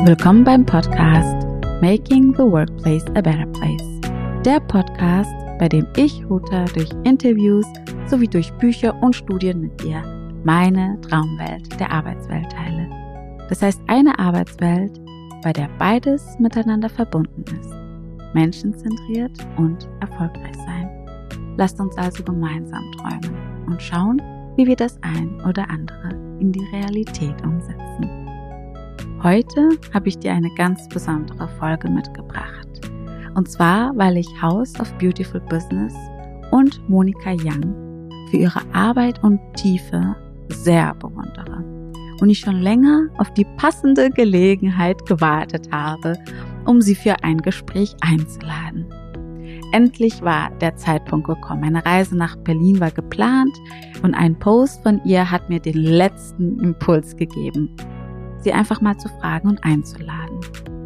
Willkommen beim Podcast Making the Workplace a Better Place. Der Podcast, bei dem ich, Ruta, durch Interviews sowie durch Bücher und Studien mit dir meine Traumwelt der Arbeitswelt teile. Das heißt eine Arbeitswelt, bei der beides miteinander verbunden ist. Menschenzentriert und erfolgreich sein. Lasst uns also gemeinsam träumen und schauen, wie wir das ein oder andere in die Realität umsetzen. Heute habe ich dir eine ganz besondere Folge mitgebracht. Und zwar, weil ich House of Beautiful Business und Monika Young für ihre Arbeit und Tiefe sehr bewundere. Und ich schon länger auf die passende Gelegenheit gewartet habe, um sie für ein Gespräch einzuladen. Endlich war der Zeitpunkt gekommen. Eine Reise nach Berlin war geplant und ein Post von ihr hat mir den letzten Impuls gegeben, sie einfach mal zu fragen und einzuladen.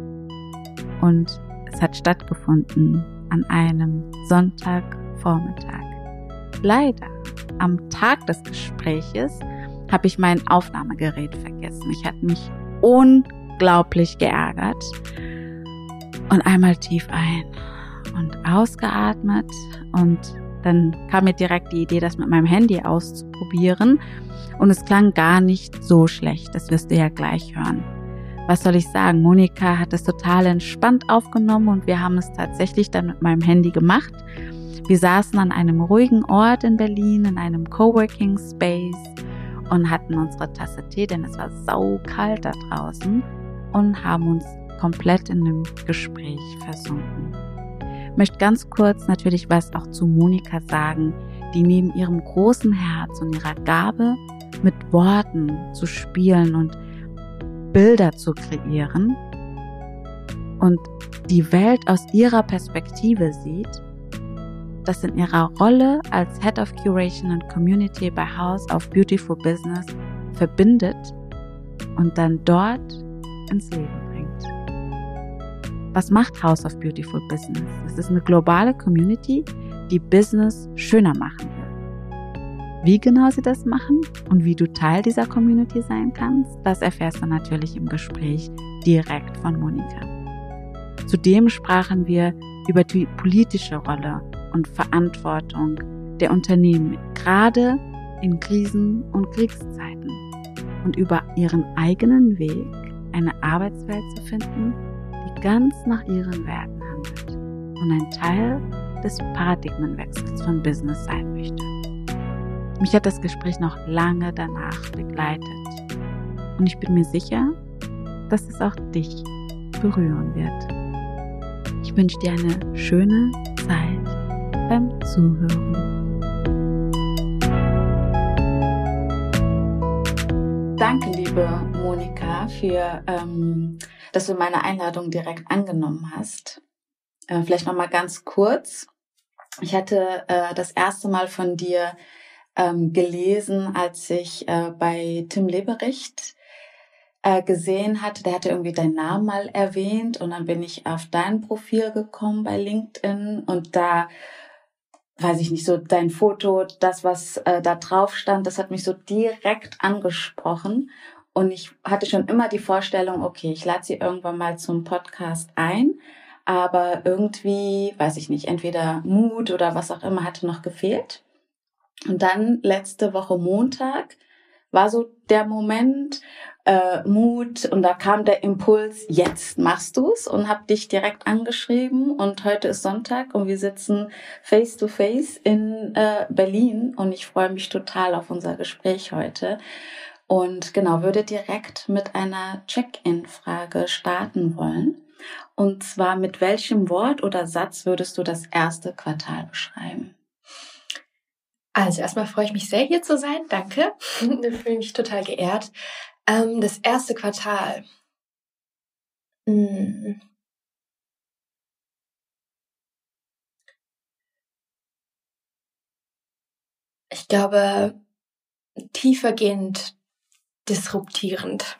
Und es hat stattgefunden an einem Sonntagvormittag. Leider, am Tag des Gespräches habe ich mein Aufnahmegerät vergessen. Ich hatte mich unglaublich geärgert und einmal tief ein und ausgeatmet und dann kam mir direkt die Idee, das mit meinem Handy auszuprobieren und es klang gar nicht so schlecht, das wirst du ja gleich hören. Was soll ich sagen, Monika hat es total entspannt aufgenommen und wir haben es tatsächlich dann mit meinem Handy gemacht. Wir saßen an einem ruhigen Ort in Berlin, in einem Coworking Space und hatten unsere Tasse Tee, denn es war saukalt da draußen und haben uns komplett in dem Gespräch versunken. Ich möchte ganz kurz natürlich was auch zu Monika sagen, die neben ihrem großen Herz und ihrer Gabe, mit Worten zu spielen und Bilder zu kreieren und die Welt aus ihrer Perspektive sieht, das in ihrer Rolle als Head of Curation and Community bei House of Beautiful Business verbindet und dann dort ins Leben bringt. Was macht House of Beautiful Business? Es ist eine globale Community, die Business schöner machen will. Wie genau sie das machen und wie du Teil dieser Community sein kannst, das erfährst du natürlich im Gespräch direkt von Monika. Zudem sprachen wir über die politische Rolle und Verantwortung der Unternehmen, gerade in Krisen- und Kriegszeiten, und über ihren eigenen Weg, eine Arbeitswelt zu finden, die ganz nach ihren Werten handelt und ein Teil des Paradigmenwechsels von Business sein möchte. Mich hat das Gespräch noch lange danach begleitet und ich bin mir sicher, dass es auch dich berühren wird. Ich wünsche dir eine schöne Zeit beim Zuhören. Danke, liebe Monika, dass du meine Einladung direkt angenommen hast. Vielleicht noch mal ganz kurz. Ich hatte das erste Mal von dir gelesen, als ich bei Tim Lebericht gesehen hatte. Der hatte irgendwie deinen Namen mal erwähnt und dann bin ich auf dein Profil gekommen bei LinkedIn und da, weiß ich nicht, so dein Foto, das, was da drauf stand, das hat mich so direkt angesprochen und ich hatte schon immer die Vorstellung, okay, ich lade sie irgendwann mal zum Podcast ein, aber irgendwie, weiß ich nicht, entweder Mut oder was auch immer hatte noch gefehlt. Und dann letzte Woche Montag war so der Moment, Mut, und da kam der Impuls, jetzt machst du's, und hab dich direkt angeschrieben und heute ist Sonntag und wir sitzen face to face in Berlin und ich freue mich total auf unser Gespräch heute und genau, würde direkt mit einer Check-in-Frage starten wollen und zwar, mit welchem Wort oder Satz würdest du das erste Quartal beschreiben? Also erstmal freue ich mich sehr, hier zu sein. Danke. Ich fühle mich total geehrt. Das erste Quartal. Ich glaube, tiefergehend disruptierend.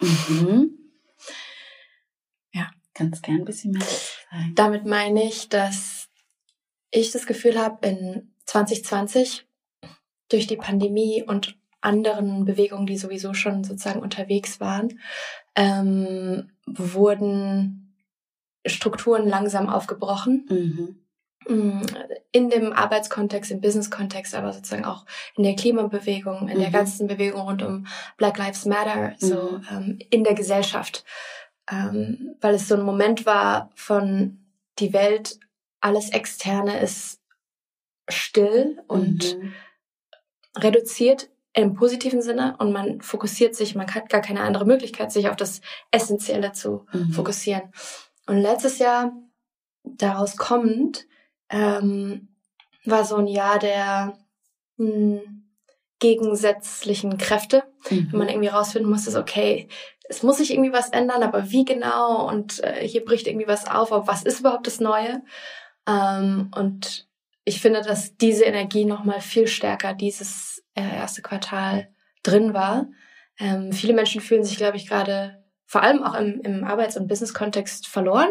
Ja, kannst gern ein bisschen mehr sagen. Damit meine ich, dass ich das Gefühl habe, in 2020 durch die Pandemie und anderen Bewegungen, die sowieso schon sozusagen unterwegs waren, wurden Strukturen langsam aufgebrochen. In dem Arbeitskontext, im Business-Kontext, aber sozusagen auch in der Klimabewegung, in der ganzen Bewegung rund um Black Lives Matter, so in der Gesellschaft. Weil es so ein Moment war von die Welt, alles Externe ist still und reduziert im positiven Sinne und man fokussiert sich, man hat gar keine andere Möglichkeit, sich auf das Essentielle zu fokussieren. Und letztes Jahr, daraus kommend, war so ein Jahr der gegensätzlichen Kräfte, wenn man irgendwie rausfinden musste, okay, es muss sich irgendwie was ändern, aber wie genau? Und hier bricht irgendwie was auf, aber was ist überhaupt das Neue? Und ich finde, dass diese Energie nochmal viel stärker dieses erste Quartal drin war. Viele Menschen fühlen sich, glaube ich, gerade vor allem auch im Arbeits- und Business-Kontext verloren.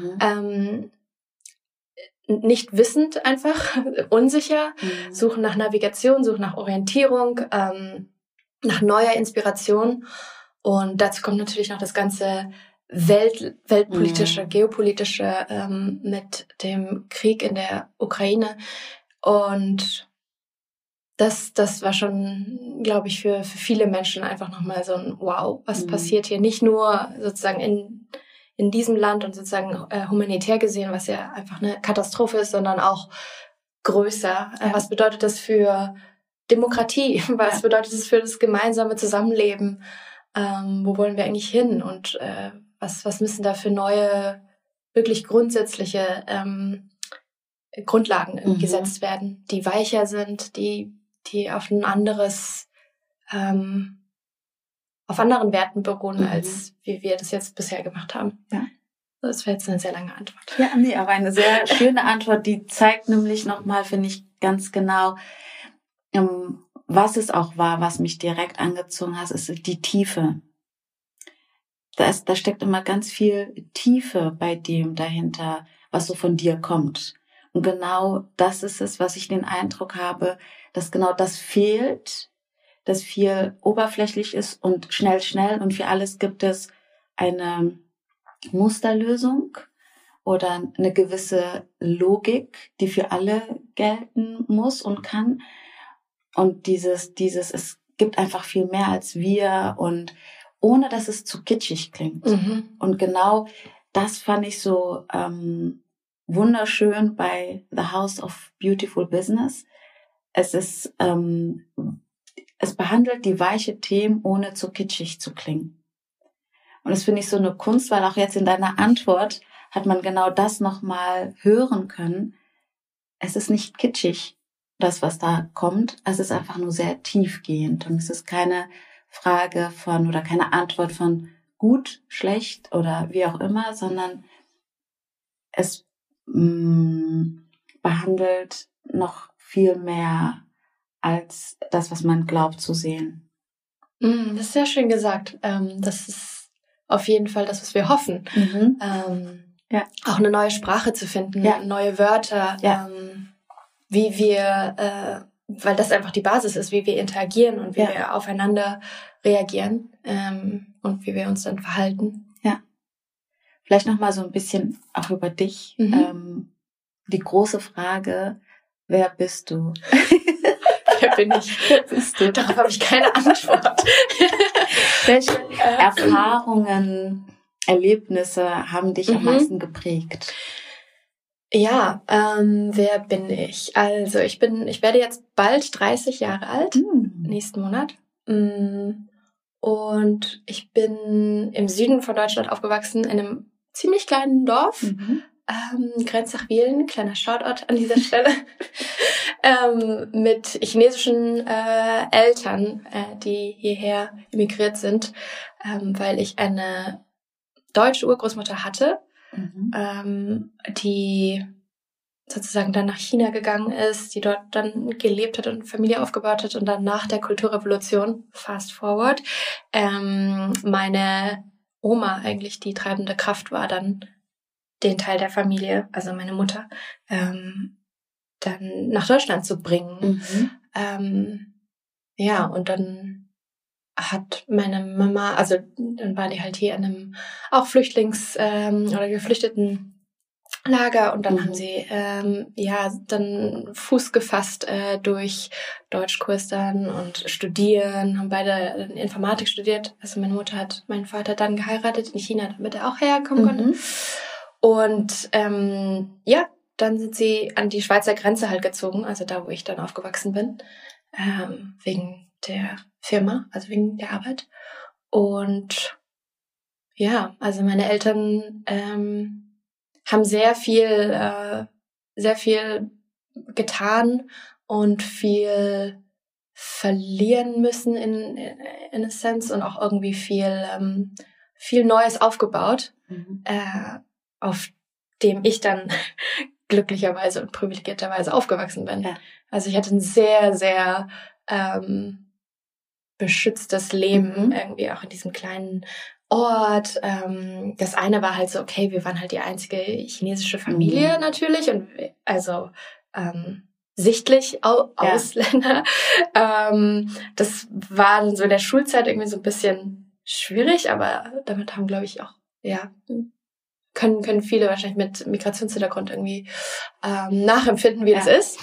Nicht wissend einfach, unsicher, suchen nach Navigation, suchen nach Orientierung, nach neuer Inspiration. Und dazu kommt natürlich noch das ganze weltpolitische, geopolitische mit dem Krieg in der Ukraine. Und das war schon, glaube ich, für viele Menschen einfach nochmal so ein Wow, was passiert hier? Nicht nur sozusagen in diesem Land und sozusagen humanitär gesehen, was ja einfach eine Katastrophe ist, sondern auch größer. Was bedeutet das für Demokratie? Was bedeutet das für das gemeinsame Zusammenleben? Wo wollen wir eigentlich hin? Und was müssen da für neue, wirklich grundsätzliche Grundlagen gesetzt werden, die weicher sind, die auf ein anderes auf anderen Werten beruhen, als wie wir das jetzt bisher gemacht haben. Ja. Das wäre jetzt eine sehr lange Antwort. Ja, nee, aber eine sehr schöne Antwort, die zeigt nämlich nochmal, finde ich, ganz genau, was es auch war, was mich direkt angezogen hat, ist die Tiefe. Da steckt immer ganz viel Tiefe bei dem dahinter, was so von dir kommt. Und genau das ist es, was ich den Eindruck habe, dass genau das fehlt, dass viel oberflächlich ist und schnell und für alles gibt es eine Musterlösung oder eine gewisse Logik, die für alle gelten muss und kann. Und dieses, es gibt einfach viel mehr als wir und ohne, dass es zu kitschig klingt. Und genau das fand ich so wunderschön bei The House of Beautiful Business. Es behandelt die weiche Themen, ohne zu kitschig zu klingen. Und das finde ich so eine Kunst, weil auch jetzt in deiner Antwort hat man genau das nochmal hören können. Es ist nicht kitschig, das, was da kommt. Es ist einfach nur sehr tiefgehend. Und es ist keine Frage von oder keine Antwort von gut, schlecht oder wie auch immer, sondern es behandelt noch viel mehr als das, was man glaubt zu sehen. Das ist sehr schön gesagt. Das ist auf jeden Fall das, was wir hoffen. Auch eine neue Sprache zu finden, neue Wörter, wie wir, weil das einfach die Basis ist, wie wir interagieren und wie wir aufeinander reagieren und wie wir uns dann verhalten. Ja. Vielleicht nochmal so ein bisschen auch über dich. Die große Frage, wer bist du? Wer bin ich? Wer bist du? Darauf habe ich keine Antwort. Welche Erfahrungen, Erlebnisse haben dich am meisten geprägt? Ja, wer bin ich? Also ich werde jetzt bald 30 Jahre alt, nächsten Monat. Und ich bin im Süden von Deutschland aufgewachsen, in einem ziemlich kleinen Dorf. Grenzach-Wielen, kleiner Shoutout an dieser Stelle, mit chinesischen Eltern, die hierher emigriert sind, weil ich eine deutsche Urgroßmutter hatte, die sozusagen dann nach China gegangen ist, die dort dann gelebt hat und Familie aufgebaut hat und dann nach der Kulturrevolution, fast forward, meine Oma eigentlich die treibende Kraft war, dann den Teil der Familie, also meine Mutter, dann nach Deutschland zu bringen. Und dann hat meine Mama, also dann war die halt hier in einem auch oder Geflüchtetenlager und dann haben sie dann Fuß gefasst durch Deutschkurs dann und studieren, haben beide Informatik studiert. Also meine Mutter hat meinen Vater dann geheiratet in China, damit er auch herkommen konnte. Und dann sind sie an die Schweizer Grenze halt gezogen, also da, wo ich dann aufgewachsen bin, wegen der Firma, also wegen der Arbeit. Und ja, also meine Eltern haben sehr viel getan und viel verlieren müssen in a sense und auch irgendwie viel Neues aufgebaut, auf dem ich dann glücklicherweise und privilegierterweise aufgewachsen bin. Ja. Also ich hatte ein sehr, sehr beschütztes Leben, irgendwie auch in diesem kleinen Ort. Das eine war halt so, okay, wir waren halt die einzige chinesische Familie natürlich und also sichtlich Ausländer. Das war dann so in der Schulzeit irgendwie so ein bisschen schwierig, aber damit haben, glaube ich, auch, können viele wahrscheinlich mit Migrationshintergrund irgendwie nachempfinden, wie das ist.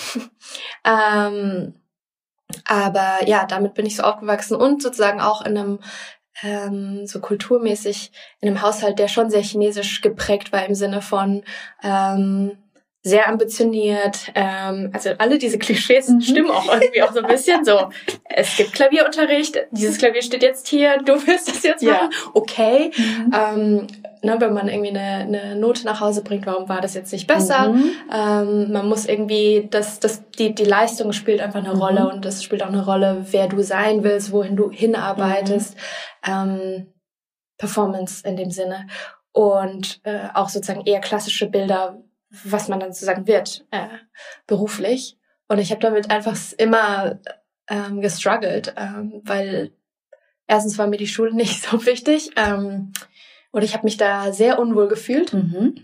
Aber ja, damit bin ich so aufgewachsen und sozusagen auch in einem so kulturmäßig in einem Haushalt, der schon sehr chinesisch geprägt war im Sinne von sehr ambitioniert. Also alle diese Klischees stimmen auch irgendwie auch so ein bisschen. So, es gibt Klavierunterricht, dieses Klavier steht jetzt hier, du willst das jetzt machen, okay. Wenn man irgendwie eine Note nach Hause bringt, warum war das jetzt nicht besser? Man muss irgendwie, die Leistung spielt einfach eine Rolle und das spielt auch eine Rolle, wer du sein willst, wohin du hinarbeitest. Performance in dem Sinne. Und auch sozusagen eher klassische Bilder, was man dann sozusagen wird, beruflich. Und ich habe damit einfach immer gestruggelt, weil erstens war mir die Schule nicht so wichtig und ich habe mich da sehr unwohl gefühlt und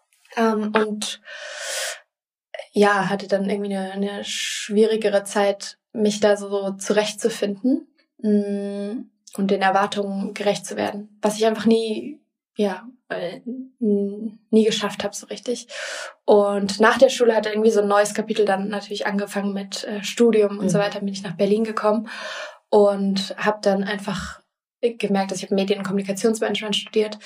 ja, hatte dann irgendwie eine schwierigere Zeit, mich da so zurechtzufinden und den Erwartungen gerecht zu werden, was ich einfach nie geschafft habe so richtig. Und nach der Schule hatte irgendwie so ein neues Kapitel dann natürlich angefangen mit Studium und so weiter, bin ich nach Berlin gekommen und habe dann einfach gemerkt, dass ich habe Medien- und Kommunikationsmanagement studiert,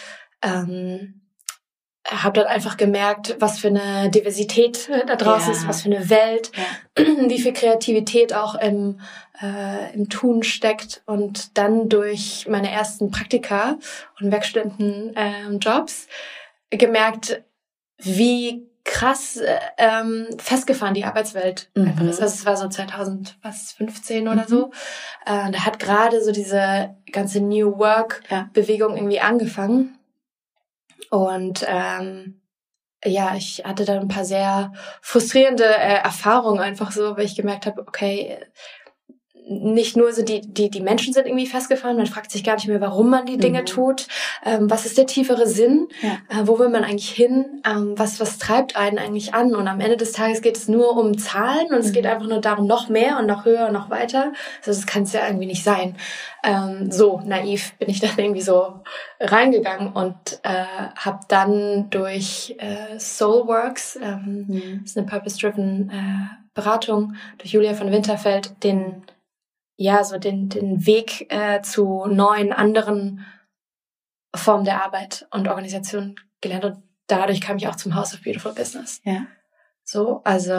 habe dann einfach gemerkt, was für eine Diversität da draußen ist, was für eine Welt, wie viel Kreativität auch im Tun steckt und dann durch meine ersten Praktika und Werkstudentenjobs gemerkt, wie krass festgefahren die Arbeitswelt einfach ist. Also es war so 2015 oder so. Da hat gerade so diese ganze New Work-Bewegung irgendwie angefangen. Und ich hatte dann ein paar sehr frustrierende Erfahrungen einfach so, weil ich gemerkt habe, okay, nicht nur sind die Menschen sind irgendwie festgefahren, man fragt sich gar nicht mehr, warum man die Dinge tut, was ist der tiefere Sinn, wo will man eigentlich hin, was treibt einen eigentlich an und am Ende des Tages geht es nur um Zahlen und es geht einfach nur darum, noch mehr und noch höher und noch weiter, also das kann es ja irgendwie nicht sein. So naiv bin ich dann irgendwie so reingegangen und habe dann durch Soulworks, das ist eine Purpose-Driven Beratung, durch Julia von Winterfeld, den Weg zu neuen, anderen Formen der Arbeit und Organisation gelernt. Und dadurch kam ich auch zum House of Beautiful Business. Ja. So, also,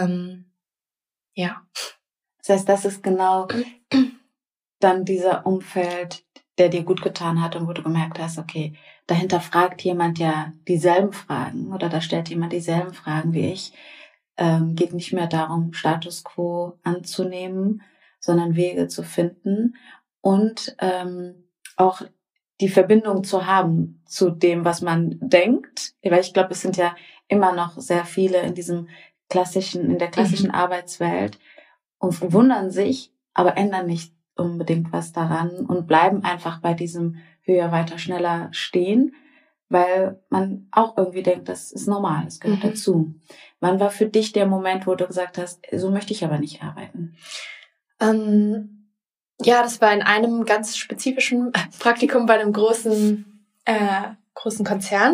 Das heißt, das ist genau dann dieser Umfeld, der dir gut getan hat und wo du gemerkt hast, okay, dahinter fragt jemand ja dieselben Fragen oder da stellt jemand dieselben Fragen wie ich. Geht nicht mehr darum, Status Quo anzunehmen, sondern Wege zu finden und auch die Verbindung zu haben zu dem, was man denkt. Weil ich glaube, es sind ja immer noch sehr viele in der klassischen Arbeitswelt und wundern sich, aber ändern nicht unbedingt was daran und bleiben einfach bei diesem höher, weiter, schneller stehen, weil man auch irgendwie denkt, das ist normal, das gehört dazu. Wann war für dich der Moment, wo du gesagt hast, so möchte ich aber nicht arbeiten? Ja, das war in einem ganz spezifischen Praktikum bei einem großen Konzern.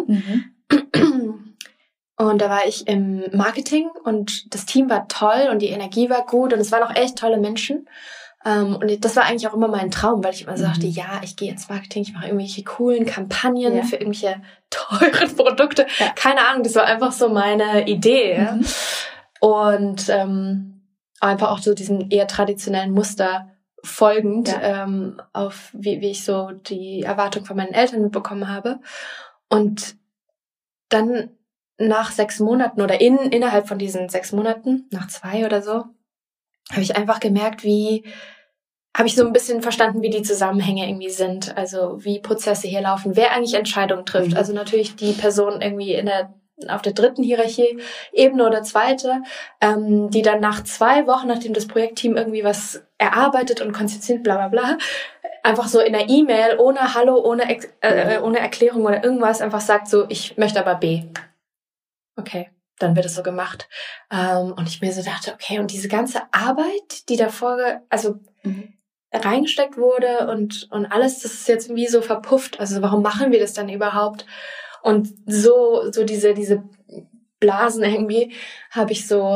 Und da war ich im Marketing und das Team war toll und die Energie war gut und es waren auch echt tolle Menschen. Und das war eigentlich auch immer mein Traum, weil ich immer sagte, ja, ich gehe ins Marketing, ich mache irgendwelche coolen Kampagnen für irgendwelche teuren Produkte. Ja. Keine Ahnung, das war einfach so meine Idee. Und einfach auch so diesem eher traditionellen Muster folgend, auf wie ich so die Erwartung von meinen Eltern mitbekommen habe. Und dann nach 6 Monaten oder innerhalb von diesen 6 Monaten, nach 2 oder so, habe ich einfach gemerkt, habe ich so ein bisschen verstanden, wie die Zusammenhänge irgendwie sind. Also wie Prozesse hier laufen, wer eigentlich Entscheidungen trifft. Also natürlich die Person irgendwie auf der 3. Hierarchie-Ebene oder 2., die dann nach 2 Wochen, nachdem das Projektteam irgendwie was erarbeitet und konzipiert, bla bla bla, einfach so in der E-Mail, ohne Hallo, ohne Erklärung oder irgendwas, einfach sagt so, ich möchte aber B. Okay, dann wird es so gemacht. Und ich mir so dachte, okay, und diese ganze Arbeit, die davor, reingesteckt wurde und alles, das ist jetzt irgendwie so verpufft. Also warum machen wir das dann überhaupt? Und so diese Blasen irgendwie habe ich so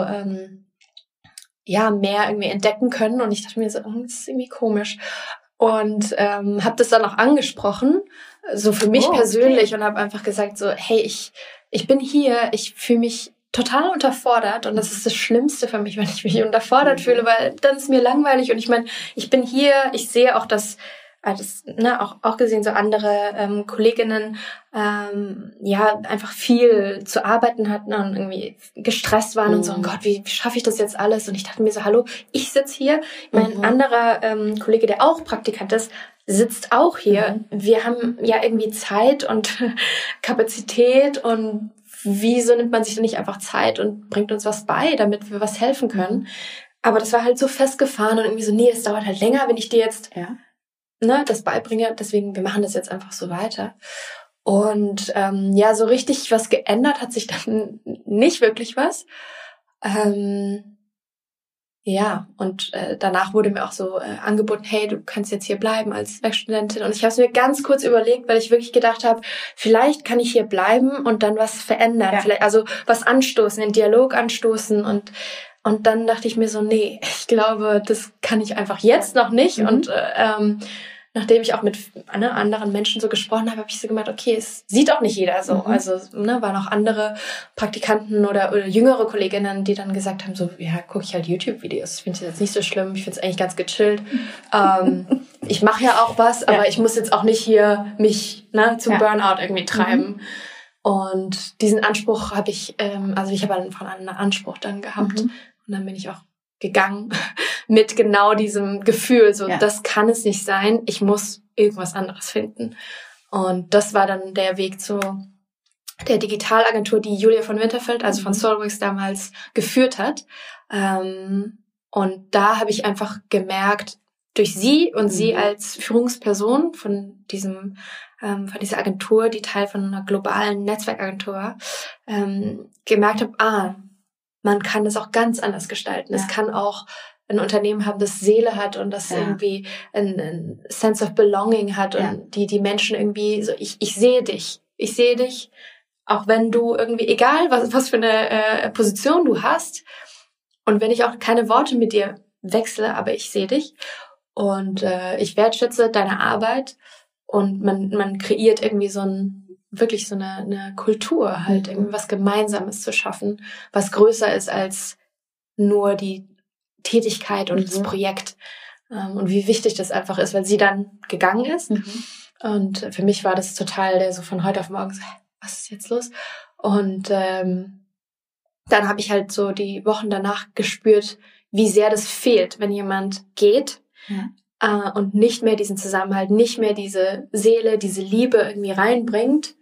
mehr irgendwie entdecken können. Und ich dachte mir so, das ist irgendwie komisch. Und habe das dann auch angesprochen, so für mich persönlich, und habe einfach gesagt so, hey, ich bin hier, ich fühle mich total unterfordert und das ist das Schlimmste für mich, wenn ich mich unterfordert fühle, weil dann ist mir langweilig und ich meine, ich bin hier, ich sehe auch, dass auch gesehen so andere Kolleginnen einfach viel zu arbeiten hatten und irgendwie gestresst waren und so, oh Gott, wie schaffe ich das jetzt alles? Und ich dachte mir so, hallo, ich sitze hier, mein anderer Kollege, der auch Praktikant ist, sitzt auch hier. Wir haben ja irgendwie Zeit und Kapazität und wieso nimmt man sich denn nicht einfach Zeit und bringt uns was bei, damit wir was helfen können? Aber das war halt so festgefahren und irgendwie so, nee, es dauert halt länger, wenn ich dir jetzt das beibringe. Deswegen, wir machen das jetzt einfach so weiter. Und so richtig was geändert hat sich dann nicht wirklich was. Und danach wurde mir auch so angeboten, hey, du kannst jetzt hier bleiben als Werkstudentin. Und ich habe es mir ganz kurz überlegt, weil ich wirklich gedacht habe, vielleicht kann ich hier bleiben und dann was verändern. Vielleicht, also was anstoßen, einen Dialog anstoßen. Und dann dachte ich mir so, nee, ich glaube, das kann ich einfach jetzt noch nicht. Und nachdem ich auch mit anderen Menschen so gesprochen habe, habe ich so gemeint, okay, es sieht auch nicht jeder so. Also waren auch andere Praktikanten oder jüngere Kolleginnen, die dann gesagt haben, so, ja, gucke ich halt YouTube-Videos. Ich finde es jetzt nicht so schlimm, ich finde es eigentlich ganz gechillt. Ich mache ja auch was, aber ich muss jetzt auch nicht hier mich zum Burnout irgendwie treiben. Und diesen Anspruch habe ich, ich habe einfach einen Anspruch dann gehabt. Und dann bin ich auch gegangen mit genau diesem Gefühl, so, das kann es nicht sein, ich muss irgendwas anderes finden. Und das war dann der Weg zu der Digitalagentur, die Julia von Winterfeld, also von Solworks damals geführt hat. Und da habe ich einfach gemerkt, durch sie und sie als Führungsperson von dieser Agentur, die Teil von einer globalen Netzwerkagentur war, gemerkt habe, man kann das auch ganz anders gestalten. Es kann auch ein Unternehmen haben, das Seele hat und das irgendwie ein Sense of Belonging hat und die Menschen irgendwie so, ich sehe dich, auch wenn du irgendwie, egal was für eine Position du hast und wenn ich auch keine Worte mit dir wechsle, aber ich sehe dich und ich wertschätze deine Arbeit und man kreiert irgendwie so eine Kultur, halt irgendwie was Gemeinsames zu schaffen, was größer ist als nur die Tätigkeit und das Projekt. Und wie wichtig das einfach ist, weil sie dann gegangen ist. Und für mich war das total der so von heute auf morgen so, was ist jetzt los? Und dann habe ich halt so die Wochen danach gespürt, wie sehr das fehlt, wenn jemand geht und nicht mehr diesen Zusammenhalt, nicht mehr diese Seele, diese Liebe irgendwie reinbringt.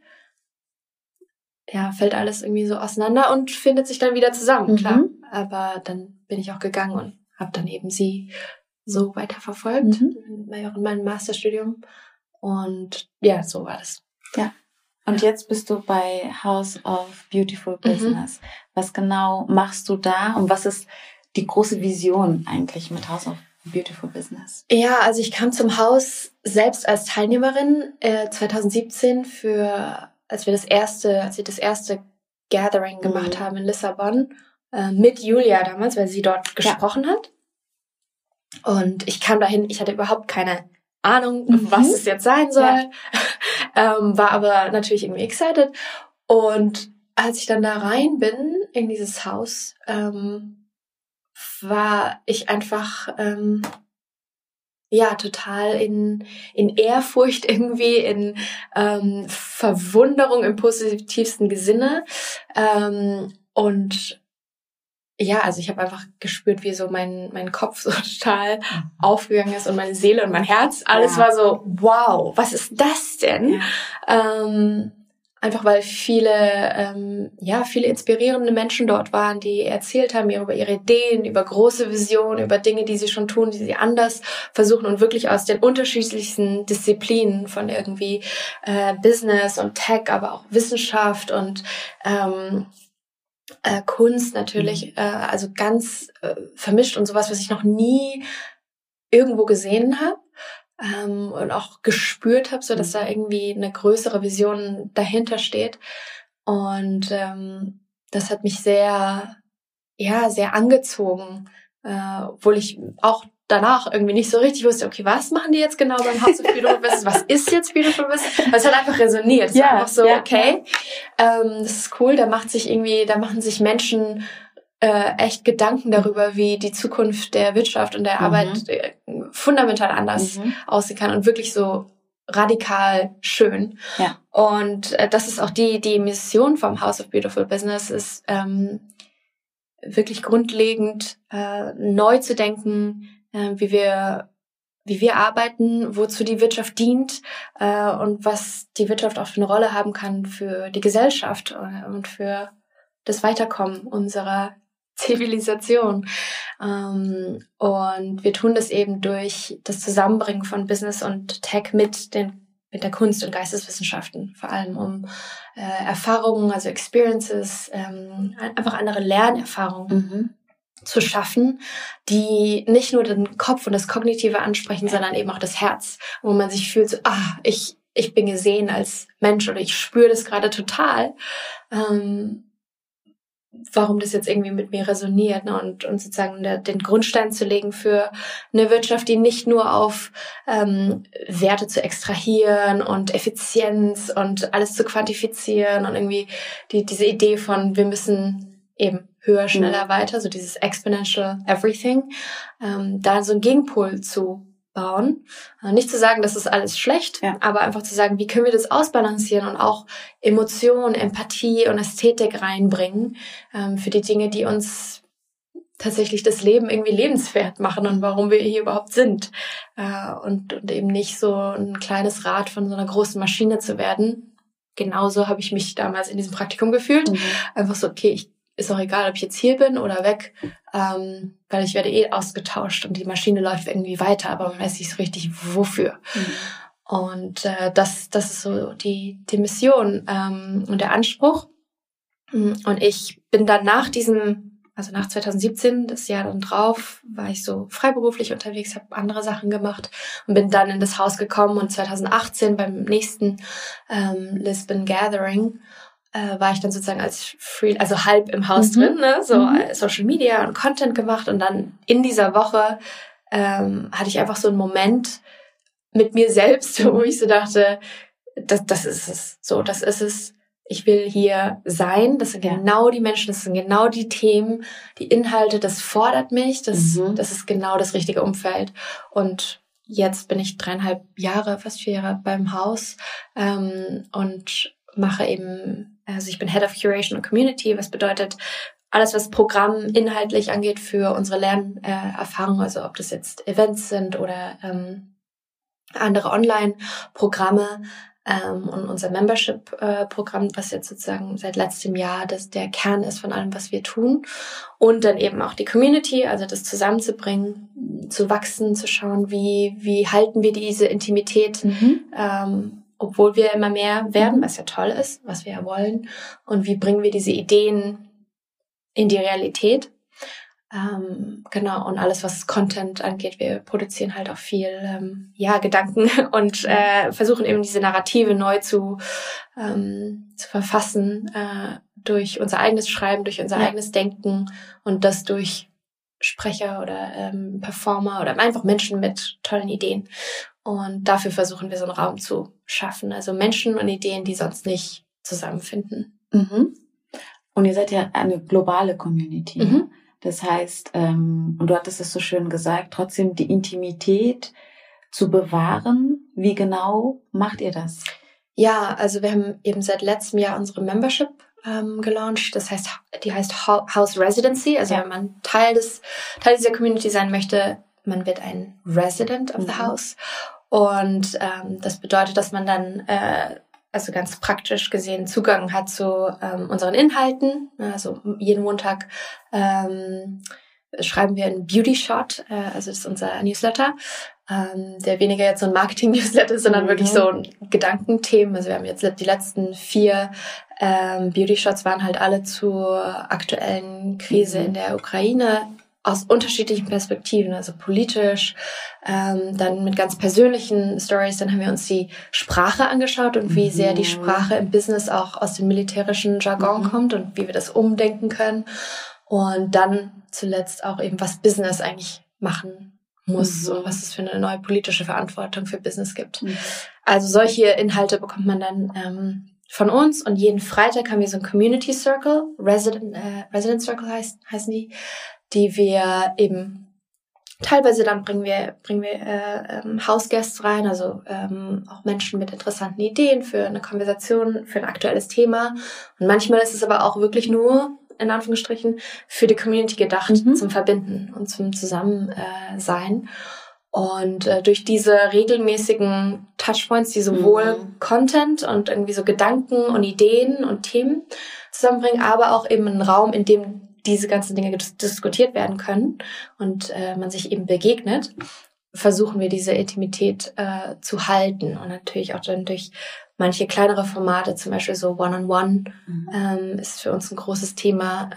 Ja, fällt alles irgendwie so auseinander und findet sich dann wieder zusammen, klar. Aber dann bin ich auch gegangen und habe dann eben sie so weiterverfolgt in meinem Masterstudium. Und ja, so war das. Ja. Und jetzt bist du bei House of Beautiful Business. Was genau machst du da und was ist die große Vision eigentlich mit House of Beautiful Business? Ja, also ich kam zum Haus selbst als Teilnehmerin 2017 als wir das erste Gathering gemacht haben in Lissabon mit Julia damals, weil sie dort gesprochen hat. Und ich kam dahin, ich hatte überhaupt keine Ahnung, was es jetzt sein soll, war aber natürlich irgendwie excited. Und als ich dann da rein bin in dieses Haus, war ich einfach total in Ehrfurcht irgendwie, in Verwunderung im positivsten Sinne. Und ja, also ich habe einfach gespürt, wie so mein Kopf so total aufgegangen ist und meine Seele und mein Herz. Alles war so, wow, was ist das denn? Ja. Einfach weil viele inspirierende Menschen dort waren, die erzählt haben über ihre Ideen, über große Visionen, über Dinge, die sie schon tun, die sie anders versuchen und wirklich aus den unterschiedlichsten Disziplinen von irgendwie Business und Tech, aber auch Wissenschaft und Kunst natürlich, also ganz vermischt und sowas, was ich noch nie irgendwo gesehen habe. Und auch gespürt habe, so dass da irgendwie eine größere Vision dahinter steht. Und das hat mich sehr angezogen, obwohl ich auch danach irgendwie nicht so richtig wusste, okay, was machen die jetzt genau beim House of Beautiful Business? Was ist jetzt Beautiful Business? Es hat einfach resoniert. Es war einfach so, okay, das ist cool, da machen sich Menschen echt Gedanken darüber, wie die Zukunft der Wirtschaft und der Arbeit fundamental anders aussehen kann und wirklich so radikal schön. Ja. Und das ist auch die Mission vom House of Beautiful Business, ist wirklich grundlegend neu zu denken, wie wir arbeiten, wozu die Wirtschaft dient und was die Wirtschaft auch für eine Rolle haben kann für die Gesellschaft und für das Weiterkommen unserer Zivilisation. Und wir tun das eben durch das Zusammenbringen von Business und Tech mit der Kunst- und Geisteswissenschaften, vor allem um Erfahrungen, also Experiences, einfach andere Lernerfahrungen zu schaffen, die nicht nur den Kopf und das Kognitive ansprechen, sondern eben auch das Herz, wo man sich fühlt, so, ich bin gesehen als Mensch oder ich spüre das gerade total, warum das jetzt irgendwie mit mir resoniert, ne? Und sozusagen den Grundstein zu legen für eine Wirtschaft, die nicht nur auf Werte zu extrahieren und Effizienz und alles zu quantifizieren und irgendwie diese Idee von, wir müssen eben höher, schneller, weiter, so dieses exponential everything, da so einen Gegenpol zu bauen. Nicht zu sagen, das ist alles schlecht, aber einfach zu sagen, wie können wir das ausbalancieren und auch Emotion, Empathie und Ästhetik reinbringen für die Dinge, die uns tatsächlich das Leben irgendwie lebenswert machen und warum wir hier überhaupt sind. Und eben nicht so ein kleines Rad von so einer großen Maschine zu werden. Genauso habe ich mich damals in diesem Praktikum gefühlt. Einfach so, okay, ist auch egal, ob ich jetzt hier bin oder weg, weil ich werde ausgetauscht und die Maschine läuft irgendwie weiter, aber man weiß nicht so richtig, wofür. Und das ist so die Mission und der Anspruch. Und ich bin dann nach 2017, das Jahr dann drauf, war ich so freiberuflich unterwegs, habe andere Sachen gemacht und bin dann in das Haus gekommen. Und 2018 beim nächsten Lisbon Gathering war ich dann sozusagen als also halb im Haus drin, ne? So Social Media und Content gemacht. Und dann in dieser Woche hatte ich einfach so einen Moment mit mir selbst, wo ich so dachte, das ist es. So, das ist es. Ich will hier sein. Das sind genau die Menschen, das sind genau die Themen, die Inhalte, das fordert mich. Das ist genau das richtige Umfeld. Und jetzt bin ich 3,5 Jahre, fast 4 Jahre beim Haus und mache eben, also ich bin Head of Curation und Community, was bedeutet, alles, was Programm inhaltlich angeht für unsere Lernerfahrung, also ob das jetzt Events sind oder andere Online-Programme und unser Membership-Programm, was jetzt sozusagen seit letztem Jahr der Kern ist von allem, was wir tun. Und dann eben auch die Community, also das zusammenzubringen, zu wachsen, zu schauen, wie halten wir diese Intimität, obwohl wir immer mehr werden, was ja toll ist, was wir ja wollen. Und wie bringen wir diese Ideen in die Realität? Genau, und alles, was Content angeht, wir produzieren halt auch viel Gedanken und versuchen eben diese Narrative neu zu verfassen durch unser eigenes Schreiben, durch unser eigenes Denken und das durch Sprecher oder Performer oder einfach Menschen mit tollen Ideen. Und dafür versuchen wir so einen Raum zu schaffen. Also Menschen und Ideen, die sonst nicht zusammenfinden. Mhm. Und ihr seid ja eine globale Community. Mhm. Das heißt, und du hattest es so schön gesagt, trotzdem die Intimität zu bewahren. Wie genau macht ihr das? Ja, also wir haben eben seit letztem Jahr unsere Membership gelauncht. Das heißt, die heißt House Residency. Also wenn man Teil dieser Community sein möchte, man wird ein Resident of the House. Und das bedeutet, dass man dann also ganz praktisch gesehen Zugang hat zu unseren Inhalten. Also jeden Montag schreiben wir einen Beauty Shot, also das ist unser Newsletter, der weniger jetzt so ein Marketing-Newsletter ist, sondern wirklich so ein Gedankenthemen. Also wir haben jetzt die letzten 4 Beauty Shots waren halt alle zur aktuellen Krise in der Ukraine aus unterschiedlichen Perspektiven, also politisch, dann mit ganz persönlichen Stories. Dann haben wir uns die Sprache angeschaut und wie sehr die Sprache im Business auch aus dem militärischen Jargon kommt und wie wir das umdenken können. Und dann zuletzt auch eben, was Business eigentlich machen muss und was es für eine neue politische Verantwortung für Business gibt. Also solche Inhalte bekommt man dann von uns, und jeden Freitag haben wir so ein Community Circle, Resident Circle heißen die wir eben teilweise dann bringen wir House-Guests rein, also auch Menschen mit interessanten Ideen für eine Konversation, für ein aktuelles Thema. Und manchmal ist es aber auch wirklich nur, in Anführungsstrichen, für die Community gedacht, zum Verbinden und zum Zusammensein. Und durch diese regelmäßigen Touchpoints, die sowohl Content und irgendwie so Gedanken und Ideen und Themen zusammenbringen, aber auch eben einen Raum, in dem diese ganzen Dinge diskutiert werden können und man sich eben begegnet, versuchen wir diese Intimität zu halten. Und natürlich auch dann durch manche kleinere Formate, zum Beispiel so One-on-One, ist für uns ein großes Thema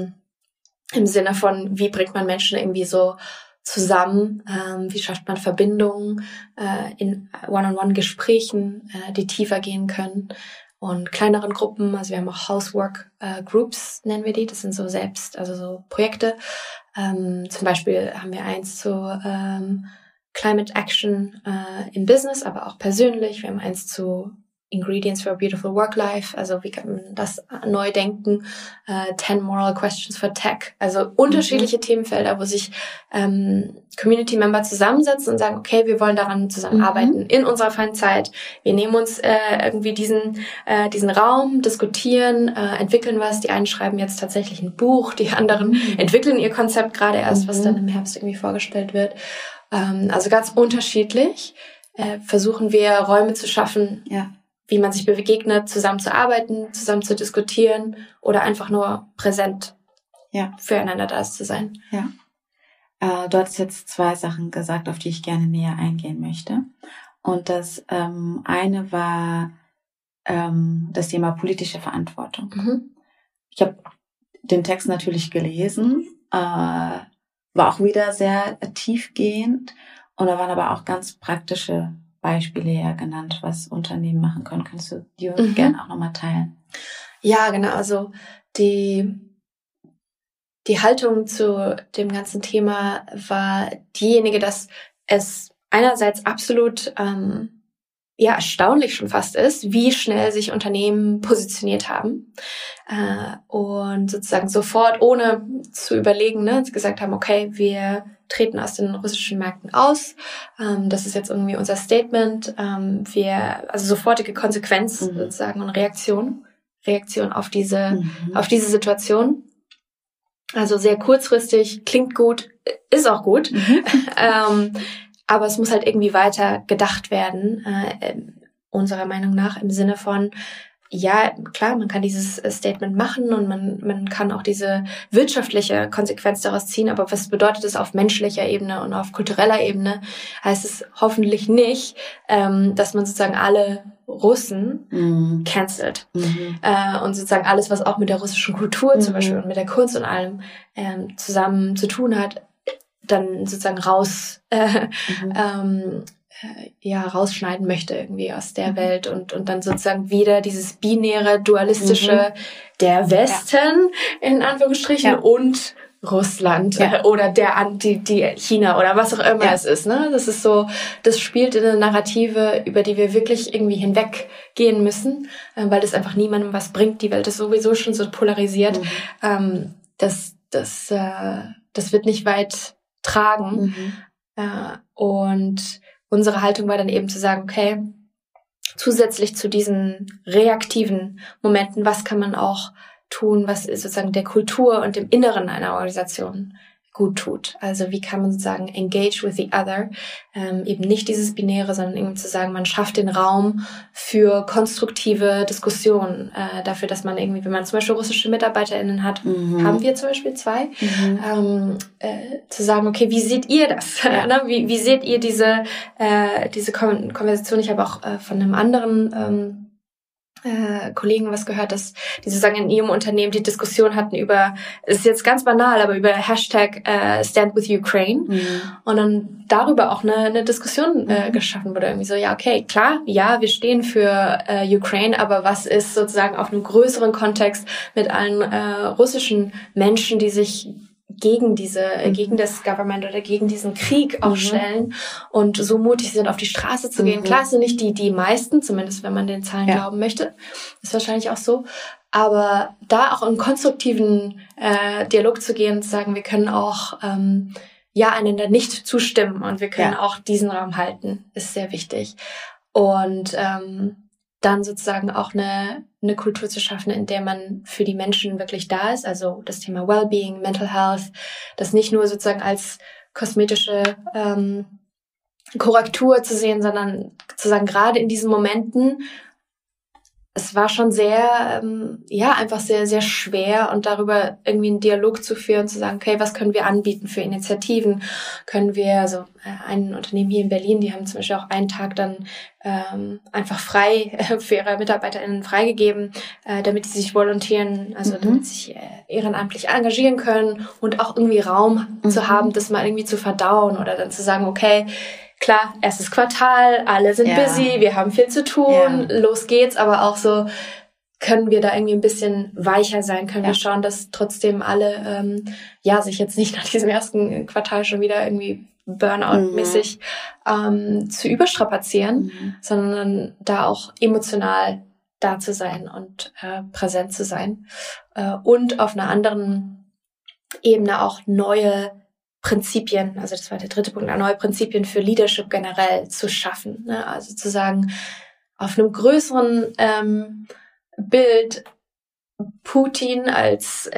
im Sinne von, wie bringt man Menschen irgendwie so zusammen, wie schafft man Verbindungen in One-on-One-Gesprächen, die tiefer gehen können. Und kleineren Gruppen, also wir haben auch Housework Groups, nennen wir die, das sind so so Projekte. Zum Beispiel haben wir eins zu Climate Action in Business, aber auch persönlich. Wir haben eins zu Ingredients for a Beautiful Work-Life, also wie kann man das neu denken, 10 Moral Questions for Tech, also unterschiedliche Themenfelder, wo sich Community-Member zusammensetzen und sagen, okay, wir wollen daran zusammenarbeiten in unserer freien Zeit. Wir nehmen uns irgendwie diesen Raum, diskutieren, entwickeln was. Die einen schreiben jetzt tatsächlich ein Buch, die anderen entwickeln ihr Konzept gerade erst, was dann im Herbst irgendwie vorgestellt wird. Also ganz unterschiedlich versuchen wir Räume zu schaffen, wie man sich begegnet, zusammen zu arbeiten, zusammen zu diskutieren oder einfach nur präsent füreinander da zu sein. Ja. Du hattest jetzt 2 Sachen gesagt, auf die ich gerne näher eingehen möchte. Und das eine war das Thema politische Verantwortung. Ich habe den Text natürlich gelesen, war auch wieder sehr tiefgehend, und da waren aber auch ganz praktische Beispiele ja genannt, was Unternehmen machen können. Kannst du die uns gerne auch nochmal teilen? Ja, genau. Also die Haltung zu dem ganzen Thema war diejenige, dass es einerseits absolut erstaunlich schon fast ist, wie schnell sich Unternehmen positioniert haben und sozusagen sofort, ohne zu überlegen, gesagt haben, okay, wir treten aus den russischen Märkten aus, das ist jetzt irgendwie unser Statement, also sofortige Konsequenz sozusagen und Reaktion auf diese Situation. Also sehr kurzfristig, klingt gut, ist auch gut, aber es muss halt irgendwie weiter gedacht werden, unserer Meinung nach, im Sinne von, ja, klar, man kann dieses Statement machen und man kann auch diese wirtschaftliche Konsequenz daraus ziehen, aber was bedeutet es auf menschlicher Ebene und auf kultureller Ebene? Heißt es hoffentlich nicht, dass man sozusagen alle Russen cancelt. Und sozusagen alles, was auch mit der russischen Kultur zum Beispiel und mit der Kunst und allem zusammen zu tun hat, dann sozusagen rausschneiden möchte irgendwie aus der Welt und dann sozusagen wieder dieses binäre, dualistische der Westen in Anführungsstrichen und Russland oder die China oder was auch immer es ist, ne? Das ist so, das spielt in eine Narrative, über die wir wirklich irgendwie hinweggehen müssen, weil das einfach niemandem was bringt. Die Welt ist sowieso schon so polarisiert. Das wird nicht weit tragen. Und unsere Haltung war dann eben zu sagen, okay, zusätzlich zu diesen reaktiven Momenten, was kann man auch tun, was sozusagen der Kultur und dem Inneren einer Organisation gut tut. Also wie kann man sozusagen engage with the other, eben nicht dieses Binäre, sondern irgendwie zu sagen, man schafft den Raum für konstruktive Diskussionen, dafür, dass man irgendwie, wenn man zum Beispiel russische MitarbeiterInnen hat, haben wir zum Beispiel 2, zu sagen, okay, wie seht ihr das? Wie seht ihr diese Konversation? Ich habe auch von einem anderen Kollegen was gehört, dass die sozusagen in ihrem Unternehmen die Diskussion hatten über, es ist jetzt ganz banal, aber über Hashtag Stand with Ukraine. Und dann darüber auch eine Diskussion geschaffen wurde. Irgendwie so, ja, okay, klar, ja, wir stehen für Ukraine, aber was ist sozusagen auf einem größeren Kontext mit allen russischen Menschen, die sich gegen das Government oder gegen diesen Krieg auch stellen und so mutig sind, auf die Straße zu gehen. Klar, es sind nicht die meisten, zumindest wenn man den Zahlen glauben möchte. Ist wahrscheinlich auch so. Aber da auch in konstruktiven Dialog zu gehen und zu sagen, wir können auch einander nicht zustimmen und wir können auch diesen Raum halten, ist sehr wichtig. Und dann sozusagen auch eine Kultur zu schaffen, in der man für die Menschen wirklich da ist. Also das Thema Wellbeing, Mental Health, das nicht nur sozusagen als kosmetische Korrektur zu sehen, sondern zu sagen, gerade in diesen Momenten, es war schon sehr, einfach sehr, sehr schwer und darüber irgendwie einen Dialog zu führen, zu sagen, okay, was können wir anbieten für Initiativen? Können wir, also ein Unternehmen hier in Berlin, die haben zum Beispiel auch einen Tag dann einfach frei für ihre MitarbeiterInnen freigegeben, damit sie sich volontieren, also damit sie sich ehrenamtlich engagieren können und auch irgendwie Raum zu haben, das mal irgendwie zu verdauen oder dann zu sagen, okay, klar, erstes Quartal, alle sind busy, wir haben viel zu tun, los geht's, aber auch so, können wir da irgendwie ein bisschen weicher sein, können wir schauen, dass trotzdem alle sich jetzt nicht nach diesem ersten Quartal schon wieder irgendwie Burnout-mäßig zu überstrapazieren, sondern da auch emotional da zu sein und präsent zu sein und auf einer anderen Ebene auch neue Prinzipien, also das war der 3. Punkt, neue Prinzipien für Leadership generell zu schaffen. Ne? Also zu sagen, auf einem größeren Bild Putin als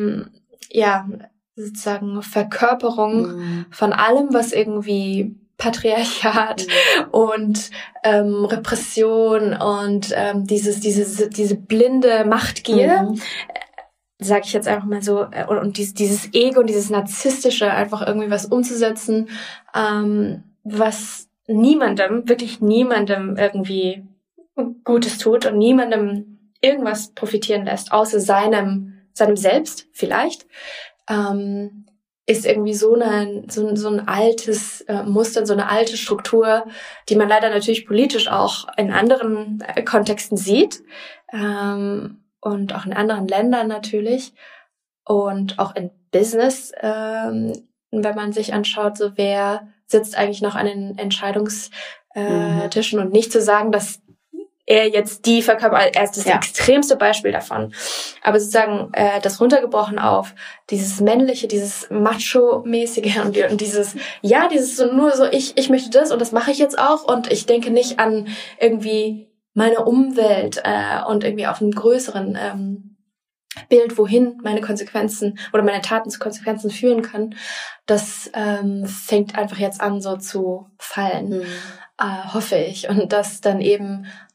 sozusagen Verkörperung von allem, was irgendwie Patriarchat und Repression und diese blinde Machtgier, sage ich jetzt einfach mal so, und dieses Ego und dieses Narzisstische, einfach irgendwie was umzusetzen, was wirklich niemandem irgendwie Gutes tut und niemandem irgendwas profitieren lässt, außer seinem Selbst vielleicht, ist irgendwie so ein altes Muster, so eine alte Struktur, die man leider natürlich politisch auch in anderen Kontexten sieht, und auch in anderen Ländern natürlich und auch in Business, wenn man sich anschaut, so wer sitzt eigentlich noch an den Entscheidungstischen und nicht zu sagen, dass er jetzt die verkörpert, er ist das extremste Beispiel davon. Aber sozusagen das runtergebrochen auf dieses männliche, dieses Macho-mäßige und dieses so nur so, ich möchte das und das mache ich jetzt auch und ich denke nicht an irgendwie meine Umwelt und irgendwie auf einem größeren Bild, wohin meine Konsequenzen oder meine Taten zu Konsequenzen führen können, das fängt einfach jetzt an so zu fallen, hoffe ich. Und dass dann eben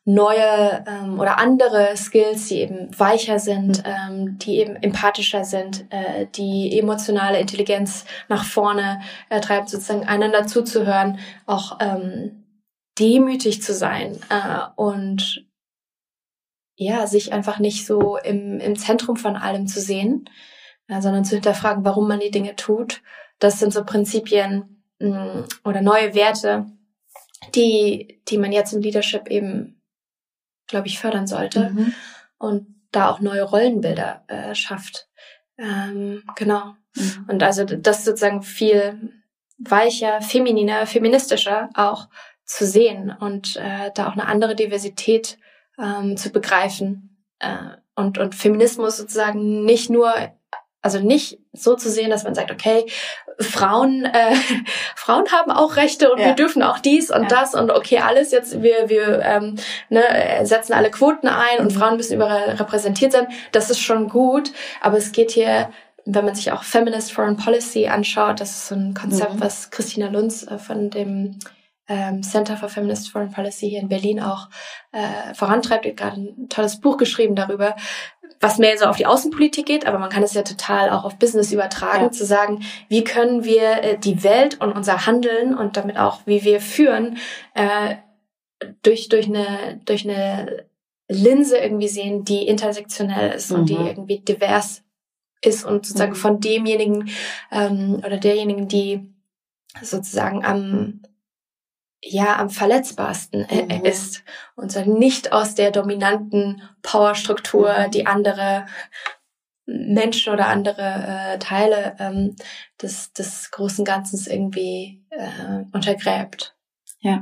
neue oder andere Skills, die eben weicher sind, die eben empathischer sind, die emotionale Intelligenz nach vorne treibt, sozusagen einander zuzuhören, auch demütig zu sein und ja, sich einfach nicht so im Zentrum von allem zu sehen, sondern zu hinterfragen, warum man die Dinge tut. Das sind so Prinzipien oder neue Werte, die man jetzt im Leadership eben, glaube ich, fördern sollte und da auch neue Rollenbilder schafft. Genau. Und also das sozusagen viel weicher, femininer, feministischer auch zu sehen und da auch eine andere Diversität zu begreifen und Feminismus sozusagen nicht so zu sehen, dass man sagt, okay, Frauen haben auch Rechte und wir dürfen auch dies und das und okay, alles jetzt, wir setzen alle Quoten ein und Frauen müssen überall repräsentiert sein. Das ist schon gut, aber es geht hier, wenn man sich auch Feminist Foreign Policy anschaut, das ist so ein Konzept, was Christina Lunz von dem Center for Feminist Foreign Policy hier in Berlin auch vorantreibt. Die hat gerade ein tolles Buch geschrieben darüber, was mehr so auf die Außenpolitik geht, aber man kann es ja total auch auf Business übertragen, zu sagen, wie können wir die Welt und unser Handeln und damit auch, wie wir führen, durch eine Linse irgendwie sehen, die intersektionell ist und die irgendwie divers ist und sozusagen von demjenigen oder derjenigen, die sozusagen am verletzbarsten ist und so nicht aus der dominanten Powerstruktur, die andere Menschen oder andere Teile des großen Ganzes irgendwie untergräbt. Ja.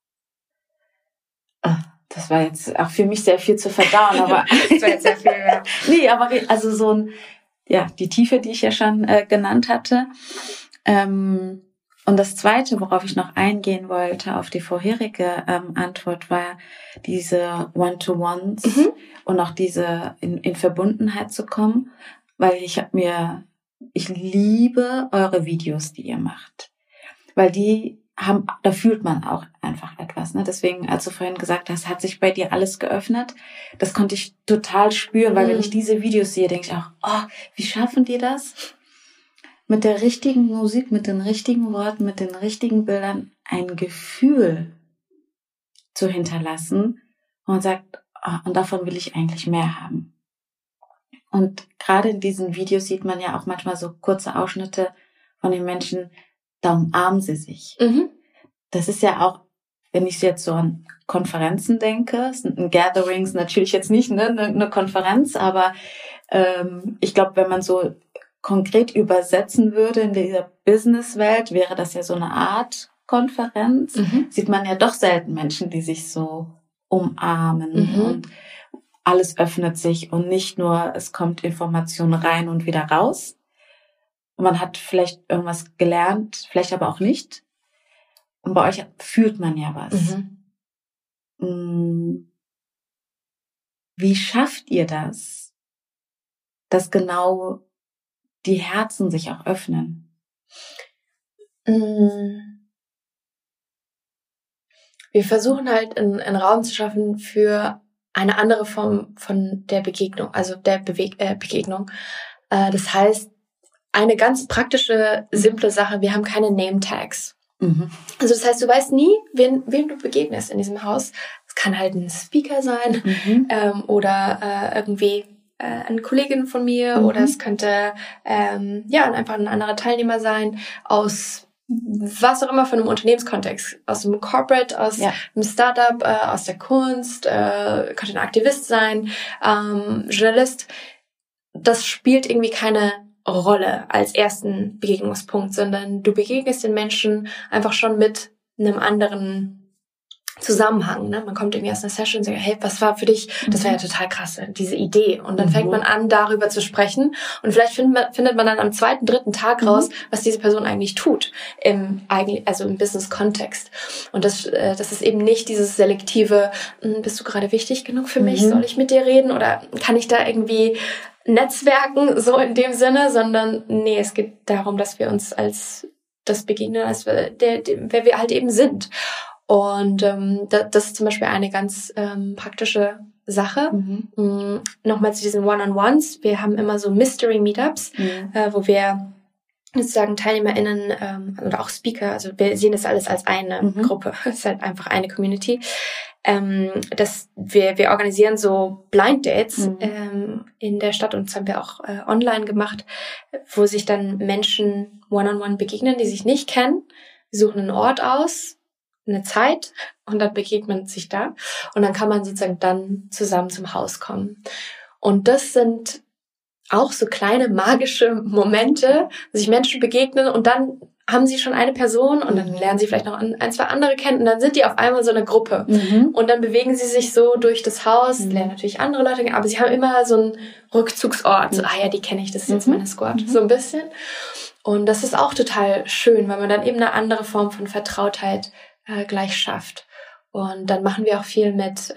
Das war jetzt auch für mich sehr viel zu verdauen, aber das war jetzt sehr viel. Ja. Nee, aber also die Tiefe, die ich ja schon genannt hatte. Und das Zweite, worauf ich noch eingehen wollte, auf die vorherige Antwort, war diese One-to-Ones und auch diese in Verbundenheit zu kommen, weil ich liebe eure Videos, die ihr macht, weil da fühlt man auch einfach etwas, ne? Deswegen, als du vorhin gesagt hast, hat sich bei dir alles geöffnet, das konnte ich total spüren, weil wenn ich diese Videos sehe, denke ich auch, oh, wie schaffen die das? Mit der richtigen Musik, mit den richtigen Worten, mit den richtigen Bildern ein Gefühl zu hinterlassen und sagt, und davon will ich eigentlich mehr haben. Und gerade in diesen Videos sieht man ja auch manchmal so kurze Ausschnitte von den Menschen, da umarmen sie sich. Das ist ja auch, wenn ich jetzt so an Konferenzen denke, ein Gatherings natürlich jetzt nicht eine Konferenz, aber ich glaube, wenn man so konkret übersetzen würde in dieser Businesswelt, wäre das ja so eine Art Konferenz. Sieht man ja doch selten Menschen, die sich so umarmen und alles öffnet sich und nicht nur, es kommt Information rein und wieder raus. Und man hat vielleicht irgendwas gelernt, vielleicht aber auch nicht. Und bei euch fühlt man ja was. Wie schafft ihr das, dass genau die Herzen sich auch öffnen? Wir versuchen halt einen Raum zu schaffen für eine andere Form von der Begegnung, also der Begegnung. Das heißt, eine ganz praktische, simple Sache, wir haben keine Name-Tags. Also das heißt, du weißt nie, wem du begegnest in diesem Haus. Es kann halt ein Speaker sein oder irgendwie eine Kollegin von mir oder es könnte einfach ein anderer Teilnehmer sein aus was auch immer von einem Unternehmenskontext, aus einem Corporate, aus einem Startup, aus der Kunst, könnte ein Aktivist sein, Journalist. Das spielt irgendwie keine Rolle als ersten Begegnungspunkt, sondern du begegnest den Menschen einfach schon mit einem anderen Zusammenhang, ne? Man kommt irgendwie aus einer Session und sagt, hey, was war für dich? Das war ja total krass, diese Idee. Und dann fängt man an, darüber zu sprechen. Und vielleicht findet man dann am 2., 3. Tag raus, was diese Person eigentlich tut, im Business-Kontext. Und das ist eben nicht dieses selektive, bist du gerade wichtig genug für mich? Soll ich mit dir reden? Oder kann ich da irgendwie netzwerken, so in dem Sinne? Sondern, nee, es geht darum, dass wir uns als das begegnen, als wer wir halt eben sind. Und das ist zum Beispiel eine ganz praktische Sache. Nochmal zu diesen One-on-Ones. Wir haben immer so Mystery-Meetups, wo wir sozusagen TeilnehmerInnen oder auch Speaker, also wir sehen das alles als eine Gruppe. Es ist halt einfach eine Community. Dass wir organisieren so Blind Dates in der Stadt, und das haben wir auch online gemacht, wo sich dann Menschen one-on-one begegnen, die sich nicht kennen. Wir suchen einen Ort aus, eine Zeit, und dann begegnet man sich da. Und dann kann man sozusagen dann zusammen zum Haus kommen. Und das sind auch so kleine magische Momente, wo sich Menschen begegnen, und dann haben sie schon eine Person und dann lernen sie vielleicht noch ein, zwei andere kennen, und dann sind die auf einmal so eine Gruppe. Und dann bewegen sie sich so durch das Haus, lernen natürlich andere Leute kennen, aber sie haben immer so einen Rückzugsort. So, die kenne ich, das ist jetzt meine Squad, so ein bisschen. Und das ist auch total schön, weil man dann eben eine andere Form von Vertrautheit gleich schafft. Und dann machen wir auch viel mit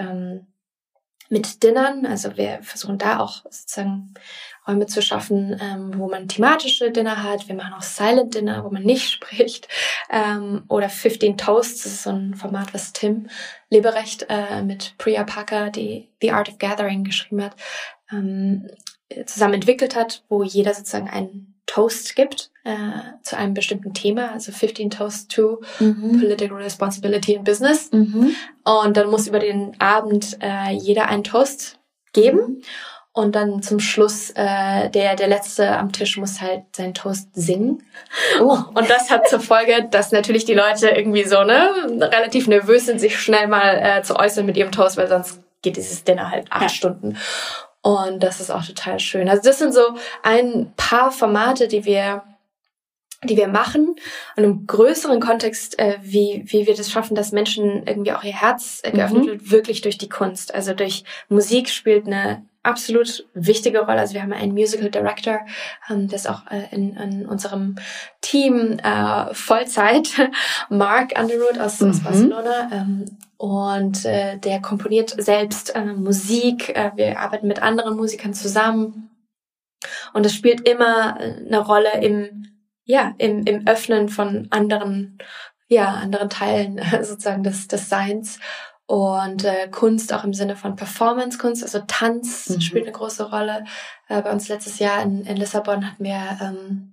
Dinnern. Also wir versuchen da auch sozusagen Räume zu schaffen, wo man thematische Dinner hat. Wir machen auch Silent Dinner, wo man nicht spricht. Oder 15 Toasts, das ist so ein Format, was Tim Leberecht mit Priya Parker, die The Art of Gathering geschrieben hat, zusammen entwickelt hat, wo jeder sozusagen einen Toast gibt zu einem bestimmten Thema, also 15 Toasts to Political Responsibility in Business. Und dann muss über den Abend jeder einen Toast geben. Und dann zum Schluss, der Letzte am Tisch muss halt seinen Toast singen. Und das hat zur Folge, dass natürlich die Leute irgendwie so relativ nervös sind, sich schnell mal zu äußern mit ihrem Toast, weil sonst geht dieses Dinner halt 8 Stunden. Und das ist auch total schön. Also das sind so ein paar Formate, die wir machen. Und im größeren Kontext, wie wir das schaffen, dass Menschen irgendwie auch ihr Herz geöffnet wird, wirklich durch die Kunst. Also durch Musik spielt eine absolut wichtige Rolle. Also wir haben einen Musical Director, der ist auch in unserem Team Vollzeit, Mark Underwood aus Barcelona. Und der komponiert selbst Musik. Wir arbeiten mit anderen Musikern zusammen. Und es spielt immer eine Rolle im Öffnen von anderen Teilen sozusagen des Seins. Und Kunst auch im Sinne von Performance-Kunst, also Tanz spielt eine große Rolle. Bei uns letztes Jahr in Lissabon hatten wir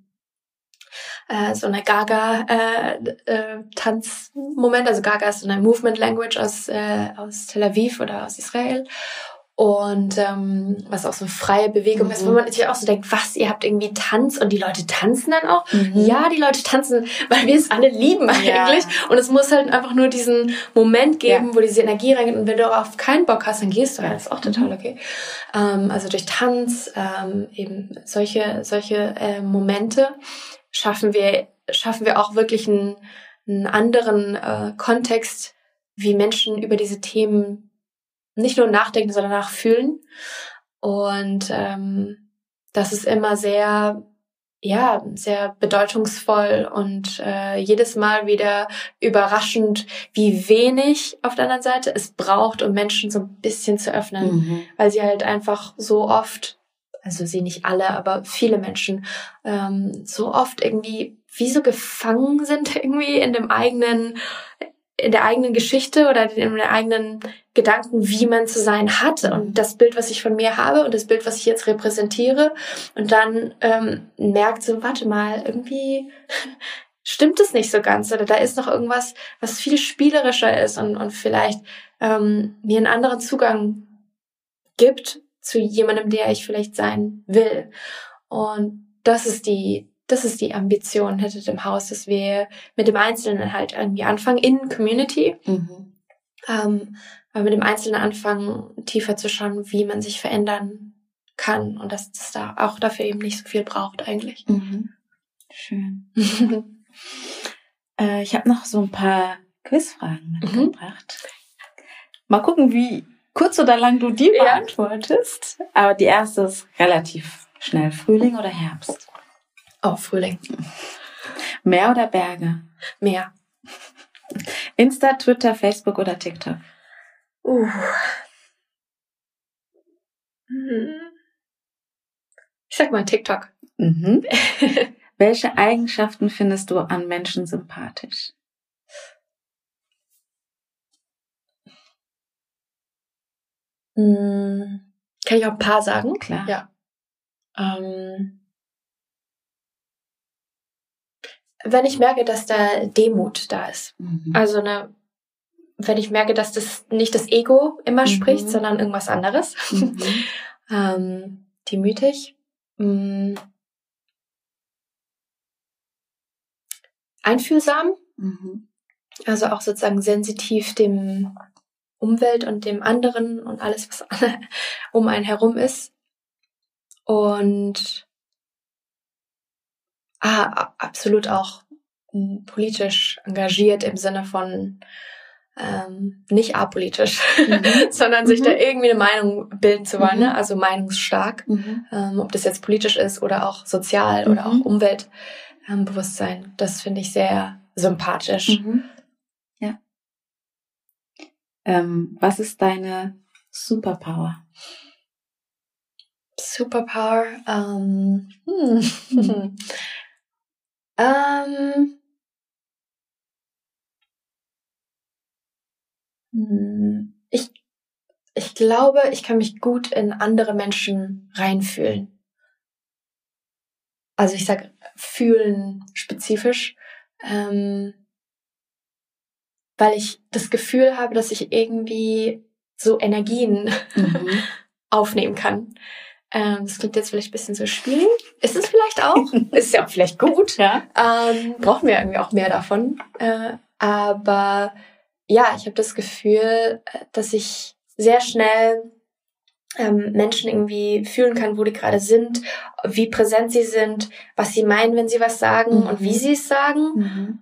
so eine Gaga-Tanzmoment. Also Gaga ist so eine Movement Language aus Tel Aviv oder aus Israel. Und was auch so freie Bewegung ist, wo man natürlich auch so denkt, was, ihr habt irgendwie Tanz und die Leute tanzen dann auch? Ja, die Leute tanzen, weil wir es alle lieben eigentlich. Ja. Und es muss halt einfach nur diesen Moment geben, wo diese Energie reingeht. Und wenn du auf keinen Bock hast, dann gehst du halt. Das ist auch total okay. Also durch Tanz, eben solche Momente schaffen wir auch wirklich einen anderen Kontext, wie Menschen über diese Themen nicht nur nachdenken, sondern nachfühlen. Und das ist immer sehr bedeutungsvoll und jedes Mal wieder überraschend, wie wenig auf der anderen Seite es braucht, um Menschen so ein bisschen zu öffnen. Weil sie halt einfach so oft, also sie nicht alle, aber viele Menschen so oft irgendwie wie so gefangen sind irgendwie in der eigenen Geschichte oder in der eigenen Gedanken, wie man zu sein hat und das Bild, was ich von mir habe und das Bild, was ich jetzt repräsentiere, und dann merkt so, warte mal, irgendwie stimmt es nicht so ganz, oder da ist noch irgendwas, was viel spielerischer ist und vielleicht mir einen anderen Zugang gibt zu jemandem, der ich vielleicht sein will. Und das ist die Ambition hinter dem Haus, dass wir mit dem Einzelnen halt irgendwie anfangen, in Community, aber mit dem Einzelnen anfangen, tiefer zu schauen, wie man sich verändern kann und dass es da auch dafür eben nicht so viel braucht eigentlich. Schön. Ich habe noch so ein paar Quizfragen mitgebracht. Mal gucken, wie kurz oder lang du die beantwortest. Aber die erste ist relativ schnell. Frühling oder Herbst? Oh, Frühling. Meer oder Berge? Meer. Insta, Twitter, Facebook oder TikTok? Ich sag mal TikTok. Welche Eigenschaften findest du an Menschen sympathisch? Kann ich auch ein paar sagen? Klar. Ja. Wenn ich merke, dass da Demut da ist. Also wenn ich merke, dass das nicht das Ego immer spricht, sondern irgendwas anderes. Demütig. Einfühlsam. Also auch sozusagen sensitiv dem Umwelt und dem anderen und alles, was um einen herum ist. Und absolut auch politisch engagiert im Sinne von nicht apolitisch, sondern sich da irgendwie eine Meinung bilden zu wollen, ne? Also meinungsstark, ob das jetzt politisch ist oder auch sozial oder auch Umweltbewusstsein. Das finde ich sehr sympathisch. Ja. Was ist deine Superpower? Superpower? Ich glaube, ich kann mich gut in andere Menschen reinfühlen. Also ich sage fühlen spezifisch, weil ich das Gefühl habe, dass ich irgendwie so Energien aufnehmen kann. Das klingt jetzt vielleicht ein bisschen so schwierig. Ist es vielleicht auch. Ist ja auch vielleicht gut. Ja. Brauchen wir irgendwie auch mehr davon. Aber ja, ich habe das Gefühl, dass ich sehr schnell Menschen irgendwie fühlen kann, wo die gerade sind, wie präsent sie sind, was sie meinen, wenn sie was sagen und wie sie es sagen.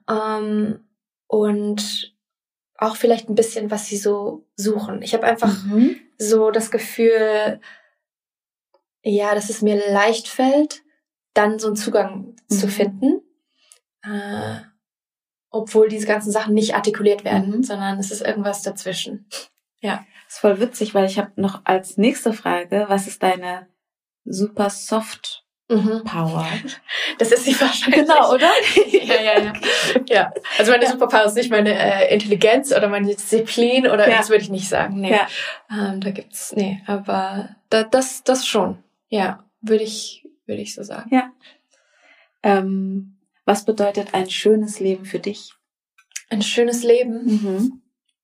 Und auch vielleicht ein bisschen, was sie so suchen. Ich habe einfach so das Gefühl, ja, dass es mir leicht fällt, dann so einen Zugang zu finden, obwohl diese ganzen Sachen nicht artikuliert werden, sondern es ist irgendwas dazwischen. Ja. Das ist voll witzig, weil ich habe noch als nächste Frage, was ist deine super soft Power? Das ist sie wahrscheinlich. Genau, oder? Ja. Also meine Superpower ist nicht meine Intelligenz oder meine Disziplin oder das würde ich nicht sagen. Nee. Ja. Da gibt's, aber das schon. Ja, würde ich so sagen. Ja. Was bedeutet ein schönes Leben für dich? Ein schönes Leben?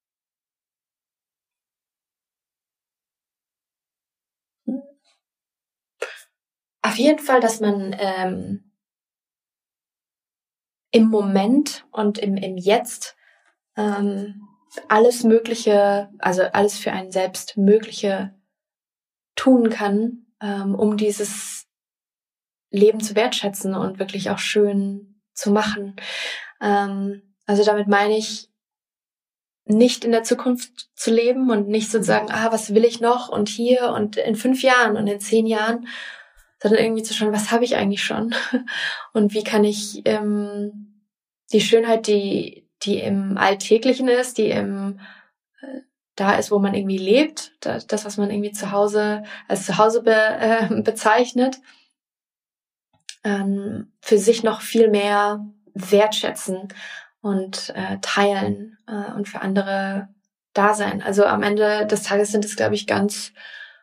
Auf jeden Fall, dass man im Moment und im Jetzt alles Mögliche, also alles für einen selbst Mögliche tun kann, um dieses Leben zu wertschätzen und wirklich auch schön zu machen. Also damit meine ich, nicht in der Zukunft zu leben und nicht sozusagen, was will ich noch und hier und in 5 Jahren und in 10 Jahren, sondern irgendwie zu schauen, was habe ich eigentlich schon und wie kann ich die Schönheit, die im Alltäglichen ist, die da ist, wo man irgendwie lebt, das, was man irgendwie als Zuhause bezeichnet, für sich noch viel mehr wertschätzen und teilen und für andere da sein. Also am Ende des Tages sind es, glaube ich, ganz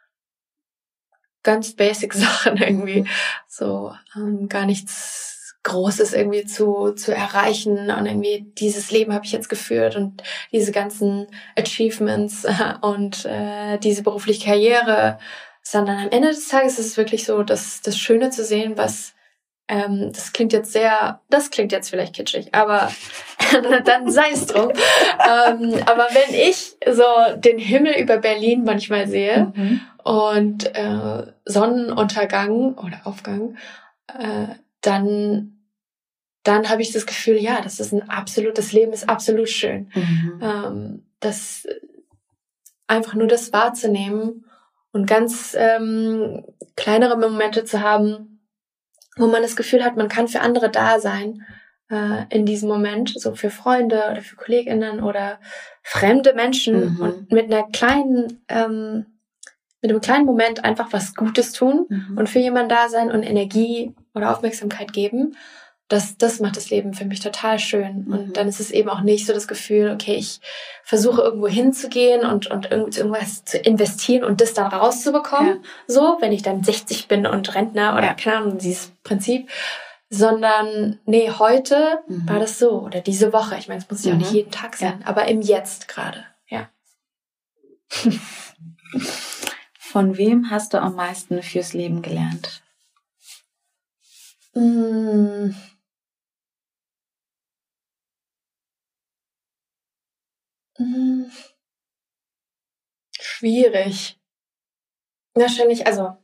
basic Sachen irgendwie. So gar nichts Großes irgendwie zu erreichen und irgendwie dieses Leben habe ich jetzt geführt und diese ganzen Achievements und diese berufliche Karriere, sondern am Ende des Tages ist es wirklich so, das Schöne zu sehen, was das klingt jetzt vielleicht kitschig, aber dann sei es drum. Aber wenn ich so den Himmel über Berlin manchmal sehe und Sonnenuntergang oder Aufgang, dann habe ich das Gefühl, ja, das Leben ist absolut schön. Das einfach nur das wahrzunehmen und ganz kleinere Momente zu haben, wo man das Gefühl hat, man kann für andere da sein in diesem Moment, so für Freunde oder für KollegInnen oder fremde Menschen und mit einem kleinen Moment einfach was Gutes tun und für jemanden da sein und Energie oder Aufmerksamkeit geben. das macht das Leben für mich total schön. Und dann ist es eben auch nicht so das Gefühl, okay, ich versuche irgendwo hinzugehen und irgendwas zu investieren und das dann rauszubekommen. Ja. So, wenn ich dann 60 bin und Rentner oder keine Ahnung, dieses Prinzip. Sondern, nee, heute war das so. Oder diese Woche. Ich meine, es muss ja auch nicht jeden Tag sein. Aber im Jetzt gerade, ja. Von wem hast du am meisten fürs Leben gelernt? Schwierig. Wahrscheinlich, also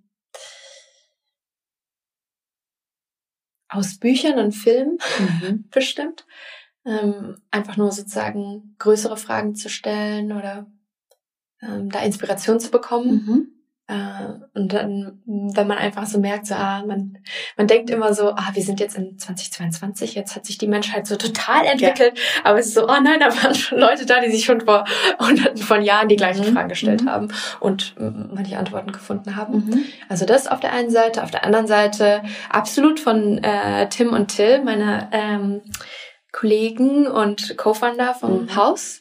aus Büchern und Filmen bestimmt. Einfach nur sozusagen größere Fragen zu stellen oder da Inspiration zu bekommen. Und dann, wenn man einfach so merkt, so, man denkt immer so, wir sind jetzt in 2022, jetzt hat sich die Menschheit so total entwickelt, aber es ist so, oh nein, da waren schon Leute da, die sich schon vor Hunderten von Jahren die gleichen Fragen gestellt haben und manche Antworten gefunden haben. Also das auf der einen Seite, auf der anderen Seite absolut von Tim und Till, meine Kollegen und Co-Founder vom Haus.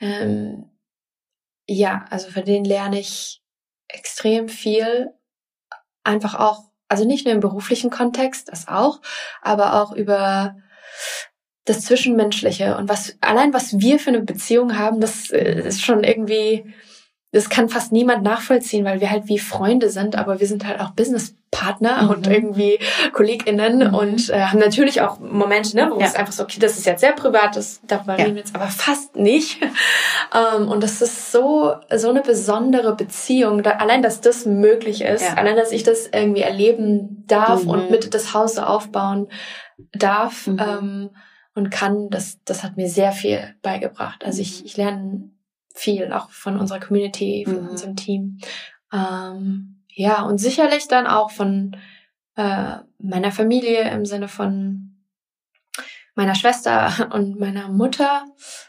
Ja, also von denen lerne ich extrem viel, einfach auch, also nicht nur im beruflichen Kontext, das auch, aber auch über das Zwischenmenschliche und was wir für eine Beziehung haben, das ist schon irgendwie, das kann fast niemand nachvollziehen, weil wir halt wie Freunde sind, aber wir sind halt auch Businesspartner und irgendwie KollegInnen und haben natürlich auch Momente, ne, wo es einfach so, okay, das ist jetzt sehr privat, das darüber reden wir jetzt aber fast nicht. Und das ist so eine besondere Beziehung, allein, dass das möglich ist, allein, dass ich das irgendwie erleben darf und mit das Haus so aufbauen darf und kann, das hat mir sehr viel beigebracht. Also ich lerne viel, auch von unserer Community, von unserem Team. Ja, und sicherlich dann auch von meiner Familie im Sinne von meiner Schwester und meiner Mutter,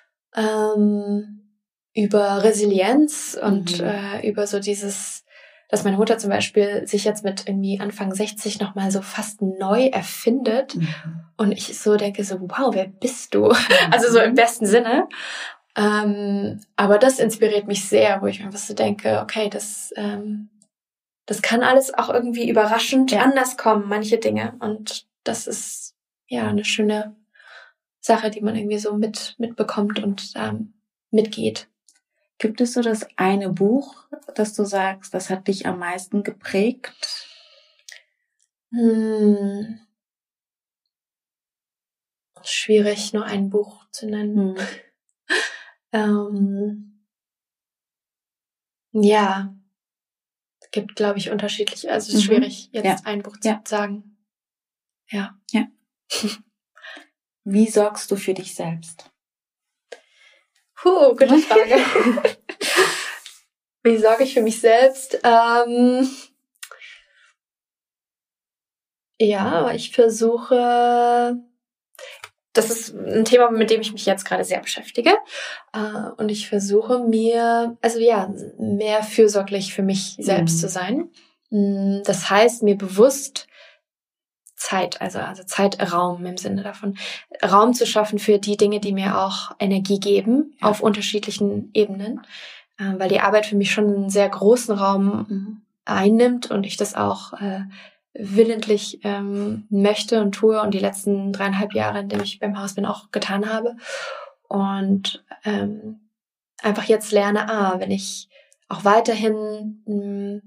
über Resilienz und über so dieses, dass meine Mutter zum Beispiel sich jetzt mit irgendwie Anfang 60 nochmal so fast neu erfindet und ich so denke so, wow, wer bist du? Also so im besten Sinne. Aber das inspiriert mich sehr, wo ich einfach so denke, okay, das kann alles auch irgendwie überraschend anders kommen, manche Dinge. Und das ist ja eine schöne Sache, die man irgendwie so mitbekommt und mitgeht. Gibt es so das eine Buch, das du sagst, das hat dich am meisten geprägt? Schwierig, nur ein Buch zu nennen. Ja, es gibt, glaube ich, unterschiedliche, also es ist schwierig, jetzt ein Buch zu sagen. Ja. Wie sorgst du für dich selbst? Gute Frage. Wie sorge ich für mich selbst? Ja, ich versuche, das ist ein Thema, mit dem ich mich jetzt gerade sehr beschäftige. Und ich versuche mir, mehr fürsorglich für mich selbst zu sein. Das heißt, mir bewusst Zeit, also Zeitraum im Sinne davon, Raum zu schaffen für die Dinge, die mir auch Energie geben, auf unterschiedlichen Ebenen. Weil die Arbeit für mich schon einen sehr großen Raum einnimmt und ich das auch willentlich möchte und tue und die letzten 3,5 Jahre, in denen ich beim Haus bin, auch getan habe. Und einfach jetzt lerne, wenn ich auch weiterhin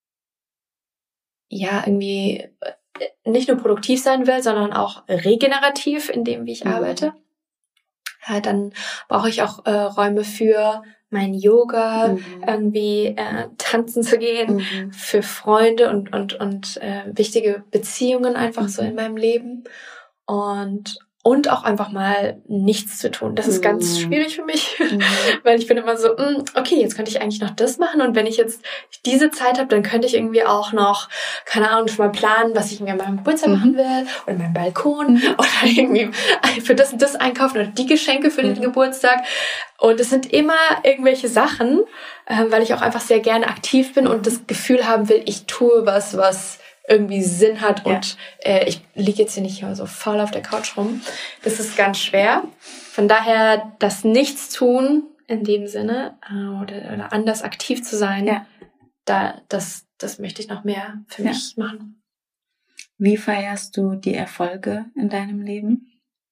irgendwie nicht nur produktiv sein will, sondern auch regenerativ in dem, wie ich arbeite, dann brauche ich auch Räume für mein Yoga, irgendwie tanzen zu gehen, für Freunde und wichtige Beziehungen einfach so in meinem Leben und auch einfach mal nichts zu tun. Das ist ganz schwierig für mich, weil ich bin immer so, okay, jetzt könnte ich eigentlich noch das machen und wenn ich jetzt diese Zeit habe, dann könnte ich irgendwie auch noch, keine Ahnung, schon mal planen, was ich irgendwie an meinem Geburtstag machen will oder meinem Balkon oder irgendwie für das und das einkaufen oder die Geschenke für den Geburtstag. Und es sind immer irgendwelche Sachen, weil ich auch einfach sehr gerne aktiv bin und das Gefühl haben will, ich tue was irgendwie Sinn hat und ich liege jetzt hier nicht so faul auf der Couch rum. Das ist ganz schwer. Von daher das Nichtstun in dem Sinne oder anders aktiv zu sein, das möchte ich noch mehr für mich machen. Wie feierst du die Erfolge in deinem Leben?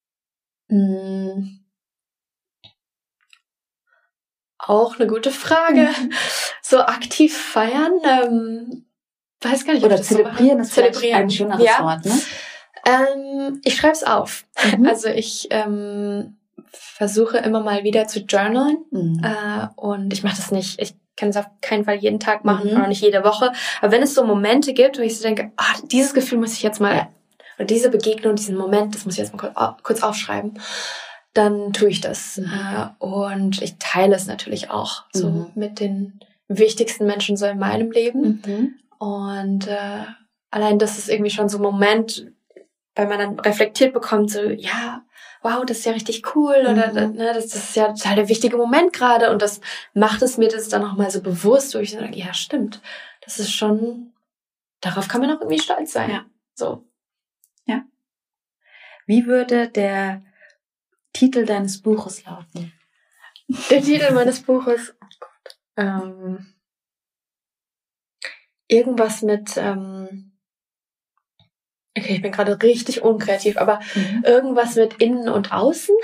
Auch eine gute Frage. So aktiv feiern, weiß gar nicht, oder zelebrieren ist vielleicht ein schöneres Wort, ne? Ich schreibe es auf. Also ich versuche immer mal wieder zu journalen und ich mache das nicht. Ich kann es auf keinen Fall jeden Tag machen, auch nicht jede Woche. Aber wenn es so Momente gibt, wo ich so denke, dieses Gefühl muss ich jetzt mal, oder diese Begegnung, diesen Moment, das muss ich jetzt mal kurz aufschreiben, dann tue ich das. Und ich teile es natürlich auch so mit den wichtigsten Menschen so in meinem Leben. Und allein das ist irgendwie schon so ein Moment, weil man dann reflektiert bekommt, so, ja, wow, das ist ja richtig cool oder das ist ja total der wichtige Moment gerade und das macht es mir das dann auch mal so bewusst, wo ich sage, ja, stimmt, das ist schon, darauf kann man auch irgendwie stolz sein. Ja. So. Ja. Wie würde der Titel deines Buches lauten? Der Titel meines Buches, oh Gott, irgendwas mit, okay, ich bin gerade richtig unkreativ, aber irgendwas mit Innen und Außen.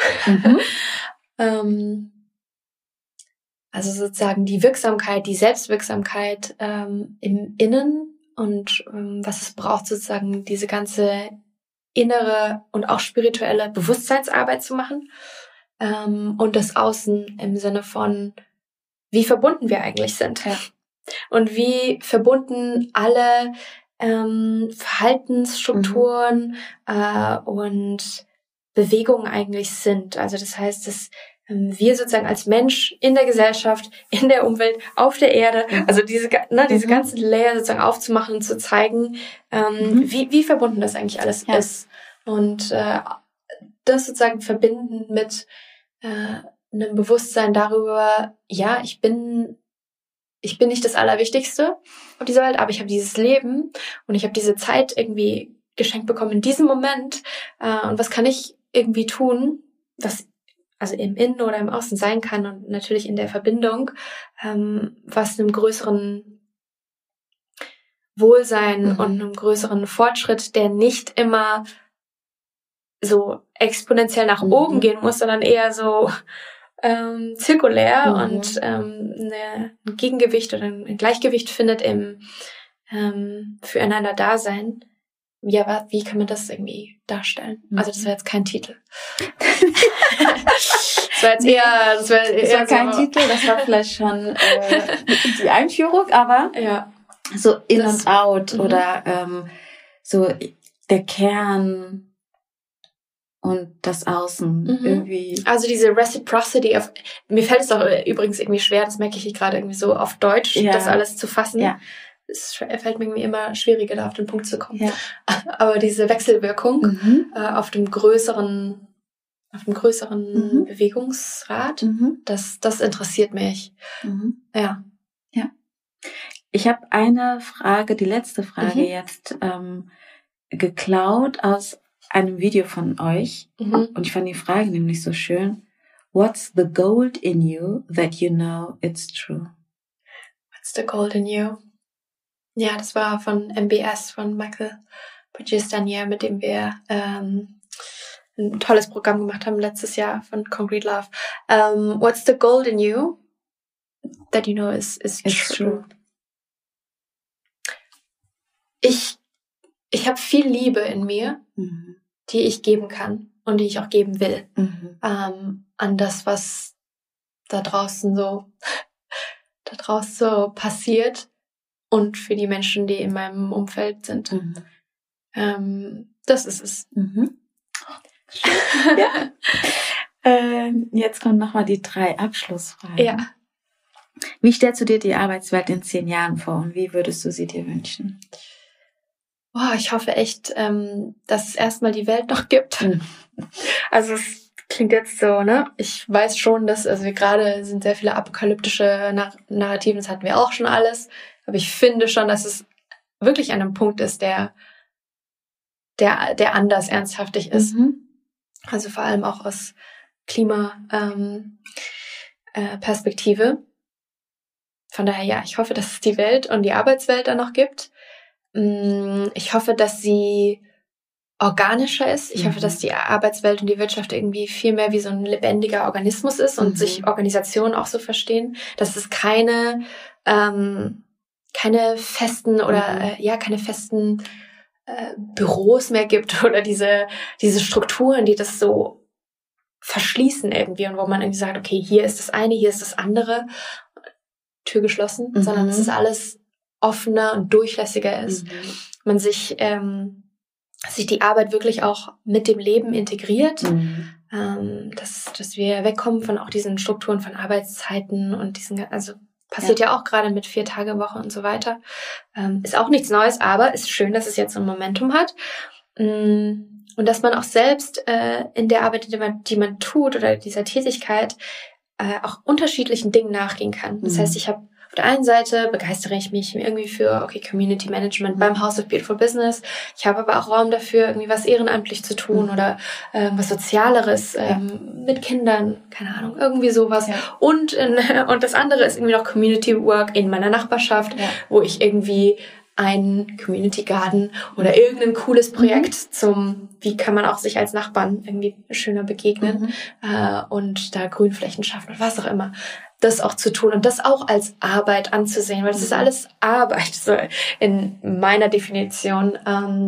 Also sozusagen die Wirksamkeit, die Selbstwirksamkeit im Innen und was es braucht, sozusagen diese ganze innere und auch spirituelle Bewusstseinsarbeit zu machen. Und das Außen im Sinne von, wie verbunden wir eigentlich sind. Ja. Und wie verbunden alle Verhaltensstrukturen und Bewegungen eigentlich sind. Also das heißt, dass wir sozusagen als Mensch in der Gesellschaft, in der Umwelt, auf der Erde, also diese ganzen Layer sozusagen aufzumachen und zu zeigen, wie verbunden das eigentlich alles ist. Und das sozusagen verbinden mit einem Bewusstsein darüber, ja, ich bin nicht das Allerwichtigste auf dieser Welt, aber ich habe dieses Leben und ich habe diese Zeit irgendwie geschenkt bekommen in diesem Moment. Und was kann ich irgendwie tun, was also im Innen oder im Außen sein kann und natürlich in der Verbindung, was einem größeren Wohlsein und einem größeren Fortschritt, der nicht immer so exponentiell nach oben gehen muss, sondern eher so zirkulär und ein Gegengewicht oder ein Gleichgewicht findet im füreinander Dasein. Ja, wie kann man das irgendwie darstellen? Also das wäre jetzt kein Titel. Das war kein Titel, das war vielleicht schon die Einführung, aber so in und out oder so der Kern und das Außen irgendwie. Also diese Reciprocity mir fällt es auch übrigens irgendwie schwer, das merke ich gerade irgendwie so auf Deutsch, das alles zu fassen. Ja. Es fällt mir irgendwie immer schwieriger, da auf den Punkt zu kommen. Ja. Aber diese Wechselwirkung auf dem größeren Bewegungsrad, das interessiert mich. Ja. Ich habe eine Frage, die letzte Frage jetzt geklaut aus einem Video von euch. Und ich fand die Frage nämlich so schön. What's the gold in you that you know it's true? What's the gold in you? Ja, das war von MBS, von Michael Bridges-Danier, mit dem wir ein tolles Programm gemacht haben letztes Jahr von Concrete Love. What's the gold in you that you know is true? Ich habe viel Liebe in mir, die ich geben kann und die ich auch geben will. An das, was da draußen so passiert und für die Menschen, die in meinem Umfeld sind. Das ist es. Ja. Jetzt kommen nochmal die 3 Abschlussfragen. Ja. Wie stellst du dir die Arbeitswelt in 10 Jahren vor und wie würdest du sie dir wünschen? Ich hoffe echt, dass es erstmal die Welt noch gibt. Also es klingt jetzt so, ne? Ich weiß schon, dass, also gerade sind sehr viele apokalyptische Narrativen, das hatten wir auch schon alles. Aber ich finde schon, dass es wirklich an einem Punkt ist, der anders ernsthaftig ist. Also vor allem auch aus Perspektive. Von daher, ja, ich hoffe, dass es die Welt und die Arbeitswelt da noch gibt. Ich hoffe, dass sie organischer ist. Ich hoffe, dass die Arbeitswelt und die Wirtschaft irgendwie viel mehr wie so ein lebendiger Organismus ist und sich Organisationen auch so verstehen, dass es keine festen oder keine festen Büros mehr gibt oder diese Strukturen, die das so verschließen irgendwie und wo man irgendwie sagt, okay, hier ist das eine, hier ist das andere, Tür geschlossen, sondern dass es alles offener und durchlässiger ist. Man sich die Arbeit wirklich auch mit dem Leben integriert, dass wir wegkommen von auch diesen Strukturen von Arbeitszeiten und passiert ja auch gerade mit 4-Tage-Woche und so weiter. Ist auch nichts Neues, aber ist schön, dass es jetzt so ein Momentum hat. Und dass man auch selbst in der Arbeit, die man tut oder dieser Tätigkeit auch unterschiedlichen Dingen nachgehen kann. Das heißt, ich habe auf der einen Seite begeistere ich mich irgendwie für Community Management beim House of Beautiful Business. Ich habe aber auch Raum dafür, irgendwie was ehrenamtlich zu tun oder was Sozialeres mit Kindern, keine Ahnung, irgendwie sowas. Ja. Und das andere ist irgendwie noch Community Work in meiner Nachbarschaft, wo ich irgendwie einen Community Garden oder irgendein cooles Projekt wie kann man auch sich als Nachbarn irgendwie schöner begegnen und da Grünflächen schaffen und was auch immer. Das auch zu tun und das auch als Arbeit anzusehen, weil das ist alles Arbeit, so in meiner Definition,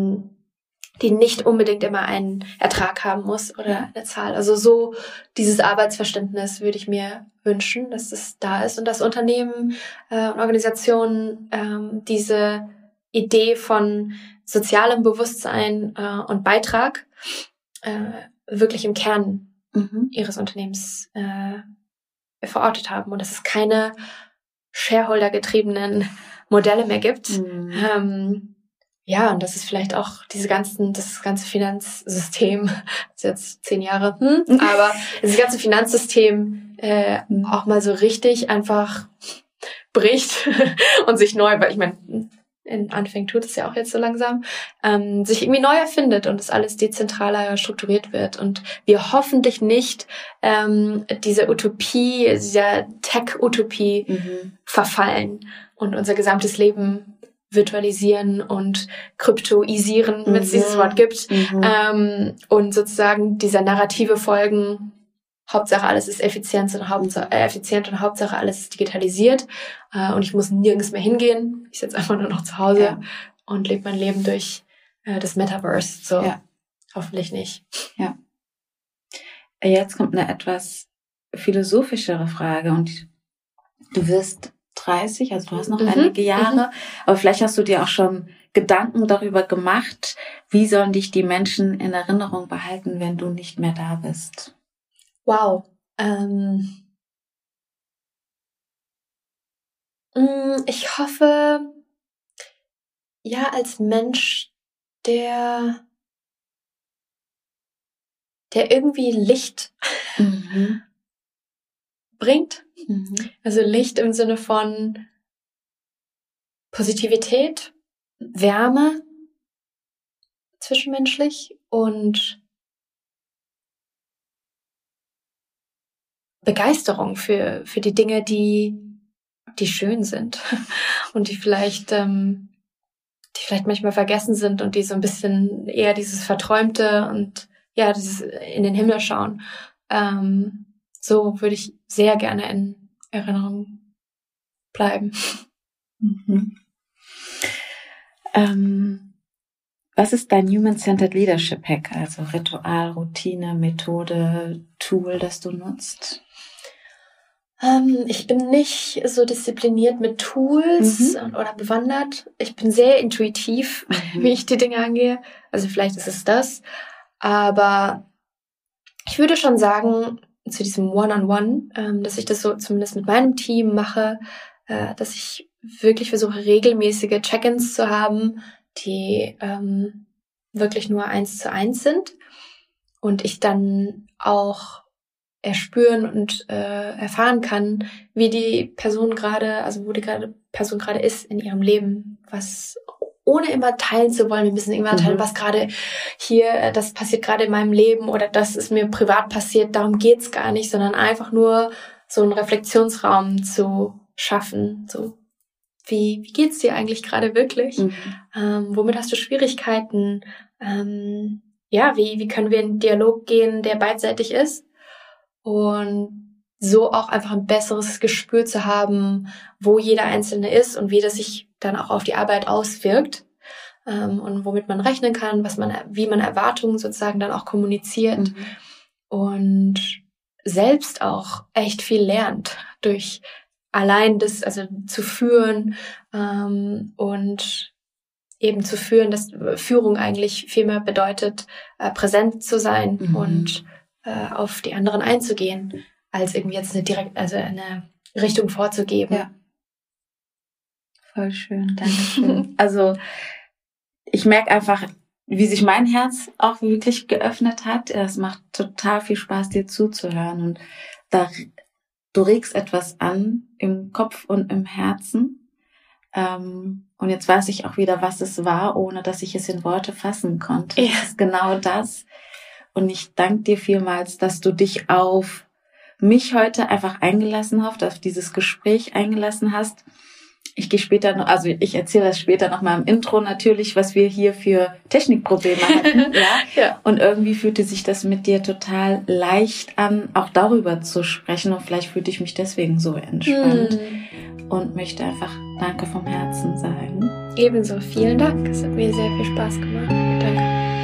die nicht unbedingt immer einen Ertrag haben muss oder eine Zahl. Also so dieses Arbeitsverständnis würde ich mir wünschen, dass es da ist und dass Unternehmen und Organisationen diese Idee von sozialem Bewusstsein und Beitrag wirklich im Kern ihres Unternehmens verortet haben und dass es keine Shareholder-getriebenen Modelle mehr gibt. Und dass es vielleicht auch das ganze Finanzsystem, das ist jetzt 10 Jahre, aber das ganze Finanzsystem auch mal so richtig einfach bricht und sich neu, weil ich meine, in Anfängen tut es ja auch jetzt so langsam, sich irgendwie neu erfindet und es alles dezentraler strukturiert wird und wir hoffentlich nicht dieser Utopie, dieser Tech-Utopie verfallen und unser gesamtes Leben virtualisieren und kryptoisieren, wenn es dieses Wort gibt, und sozusagen dieser Narrative folgen, Hauptsache alles ist effizient und Hauptsache alles ist digitalisiert und ich muss nirgends mehr hingehen. Ich sitze einfach nur noch zu Hause und lebe mein Leben durch das Metaverse. So, hoffentlich nicht. Ja. Jetzt kommt eine etwas philosophischere Frage und du wirst 30, also du hast noch einige Jahre, aber vielleicht hast du dir auch schon Gedanken darüber gemacht, wie sollen dich die Menschen in Erinnerung behalten, wenn du nicht mehr da bist? Wow. Ich hoffe, als Mensch, der irgendwie Licht bringt. Also Licht im Sinne von Positivität, Wärme zwischenmenschlich und Begeisterung für die Dinge, die schön sind und die vielleicht manchmal vergessen sind und die so ein bisschen eher dieses Verträumte und dieses in den Himmel schauen. So würde ich sehr gerne in Erinnerung bleiben. Was ist dein Human-Centered Leadership Hack, also Ritual, Routine, Methode, Tool, das du nutzt? Ich bin nicht so diszipliniert mit Tools oder bewandert. Ich bin sehr intuitiv, wie ich die Dinge angehe. Also vielleicht ist es das. Aber ich würde schon sagen, zu diesem One-on-One, dass ich das so zumindest mit meinem Team mache, dass ich wirklich versuche, regelmäßige Check-ins zu haben, die wirklich nur 1:1 sind. Und ich dann auch erspüren und erfahren kann, wie die Person gerade, also wo die Person gerade ist in ihrem Leben, was ohne immer teilen zu wollen. Wir müssen immer teilen, was gerade hier, das passiert gerade in meinem Leben oder das ist mir privat passiert. Darum geht's gar nicht, sondern einfach nur so einen Reflexionsraum zu schaffen. So, wie geht's dir eigentlich gerade wirklich? Womit hast du Schwierigkeiten? Wie können wir in einen Dialog gehen, der beidseitig ist? Und so auch einfach ein besseres Gespür zu haben, wo jeder Einzelne ist und wie das sich dann auch auf die Arbeit auswirkt und womit man rechnen kann, wie man Erwartungen sozusagen dann auch kommuniziert und selbst auch echt viel lernt durch allein das, also zu führen und eben zu führen, dass Führung eigentlich viel mehr bedeutet, präsent zu sein und auf die anderen einzugehen, als irgendwie jetzt eine Richtung vorzugeben. Ja. Voll schön, danke schön. Also ich merke einfach, wie sich mein Herz auch wirklich geöffnet hat. Es macht total viel Spaß, dir zuzuhören. Und du regst etwas an im Kopf und im Herzen. Und jetzt weiß ich auch wieder, was es war, ohne dass ich es in Worte fassen konnte. Ja. Das ist genau das. Und ich danke dir vielmals, dass du dich auf mich heute einfach eingelassen hast, auf dieses Gespräch eingelassen hast. Ich gehe später noch, also ich erzähle das später noch mal im Intro natürlich, was wir hier für Technikprobleme hatten. Ja. Und irgendwie fühlte sich das mit dir total leicht an, auch darüber zu sprechen. Und vielleicht fühlte ich mich deswegen so entspannt. Und möchte einfach Danke vom Herzen sagen. Ebenso, vielen Dank. Es hat mir sehr viel Spaß gemacht. Danke.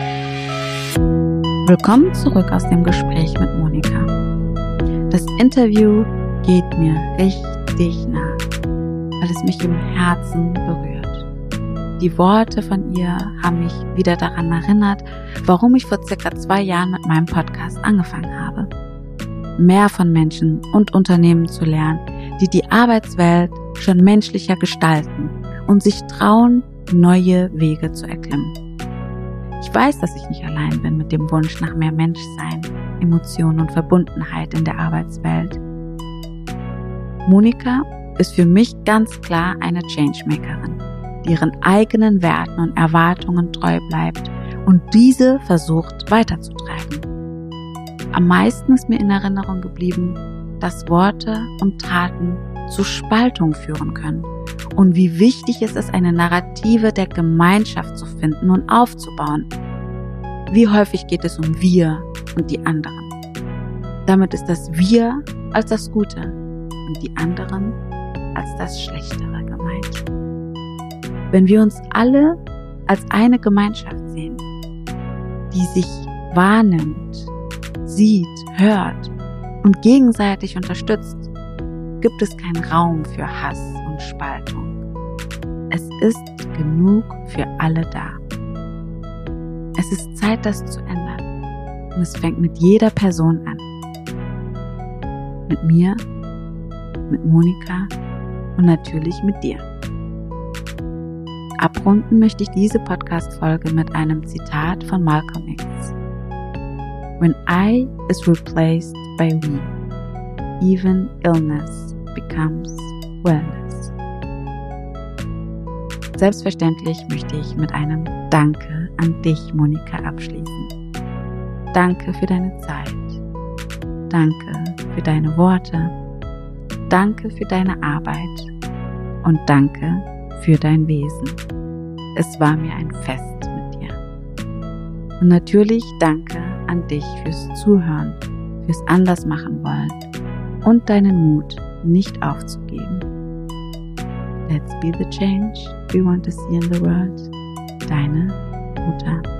Willkommen zurück aus dem Gespräch mit Monika. Das Interview geht mir richtig nah, weil es mich im Herzen berührt. Die Worte von ihr haben mich wieder daran erinnert, warum ich vor circa 2 Jahren mit meinem Podcast angefangen habe. Mehr von Menschen und Unternehmen zu lernen, die die Arbeitswelt schon menschlicher gestalten und sich trauen, neue Wege zu erklimmen. Ich weiß, dass ich nicht allein bin mit dem Wunsch nach mehr Menschsein, Emotionen und Verbundenheit in der Arbeitswelt. Monika ist für mich ganz klar eine Changemakerin, die ihren eigenen Werten und Erwartungen treu bleibt und diese versucht weiterzutreiben. Am meisten ist mir in Erinnerung geblieben, dass Worte und Taten zu Spaltung führen können und wie wichtig es ist, eine Narrative der Gemeinschaft zu finden und aufzubauen. Wie häufig geht es um wir und die anderen. Damit ist das Wir als das Gute und die anderen als das Schlechtere gemeint. Wenn wir uns alle als eine Gemeinschaft sehen, die sich wahrnimmt, sieht, hört und gegenseitig unterstützt, gibt es keinen Raum für Hass und Spaltung. Es ist genug für alle da. Es ist Zeit, das zu ändern. Und es fängt mit jeder Person an. Mit mir, mit Monika und natürlich mit dir. Abrunden möchte ich diese Podcast-Folge mit einem Zitat von Malcolm X. When I is replaced by we, even illness becomes wellness. Selbstverständlich möchte ich mit einem Danke an dich, Monika, abschließen. Danke für deine Zeit. Danke für deine Worte. Danke für deine Arbeit. Und danke für dein Wesen. Es war mir ein Fest mit dir. Und natürlich danke an dich fürs Zuhören, fürs Andersmachen wollen und deinen Mut, nicht aufzugeben. Let's be the change we want to see in the world. Deine Uta.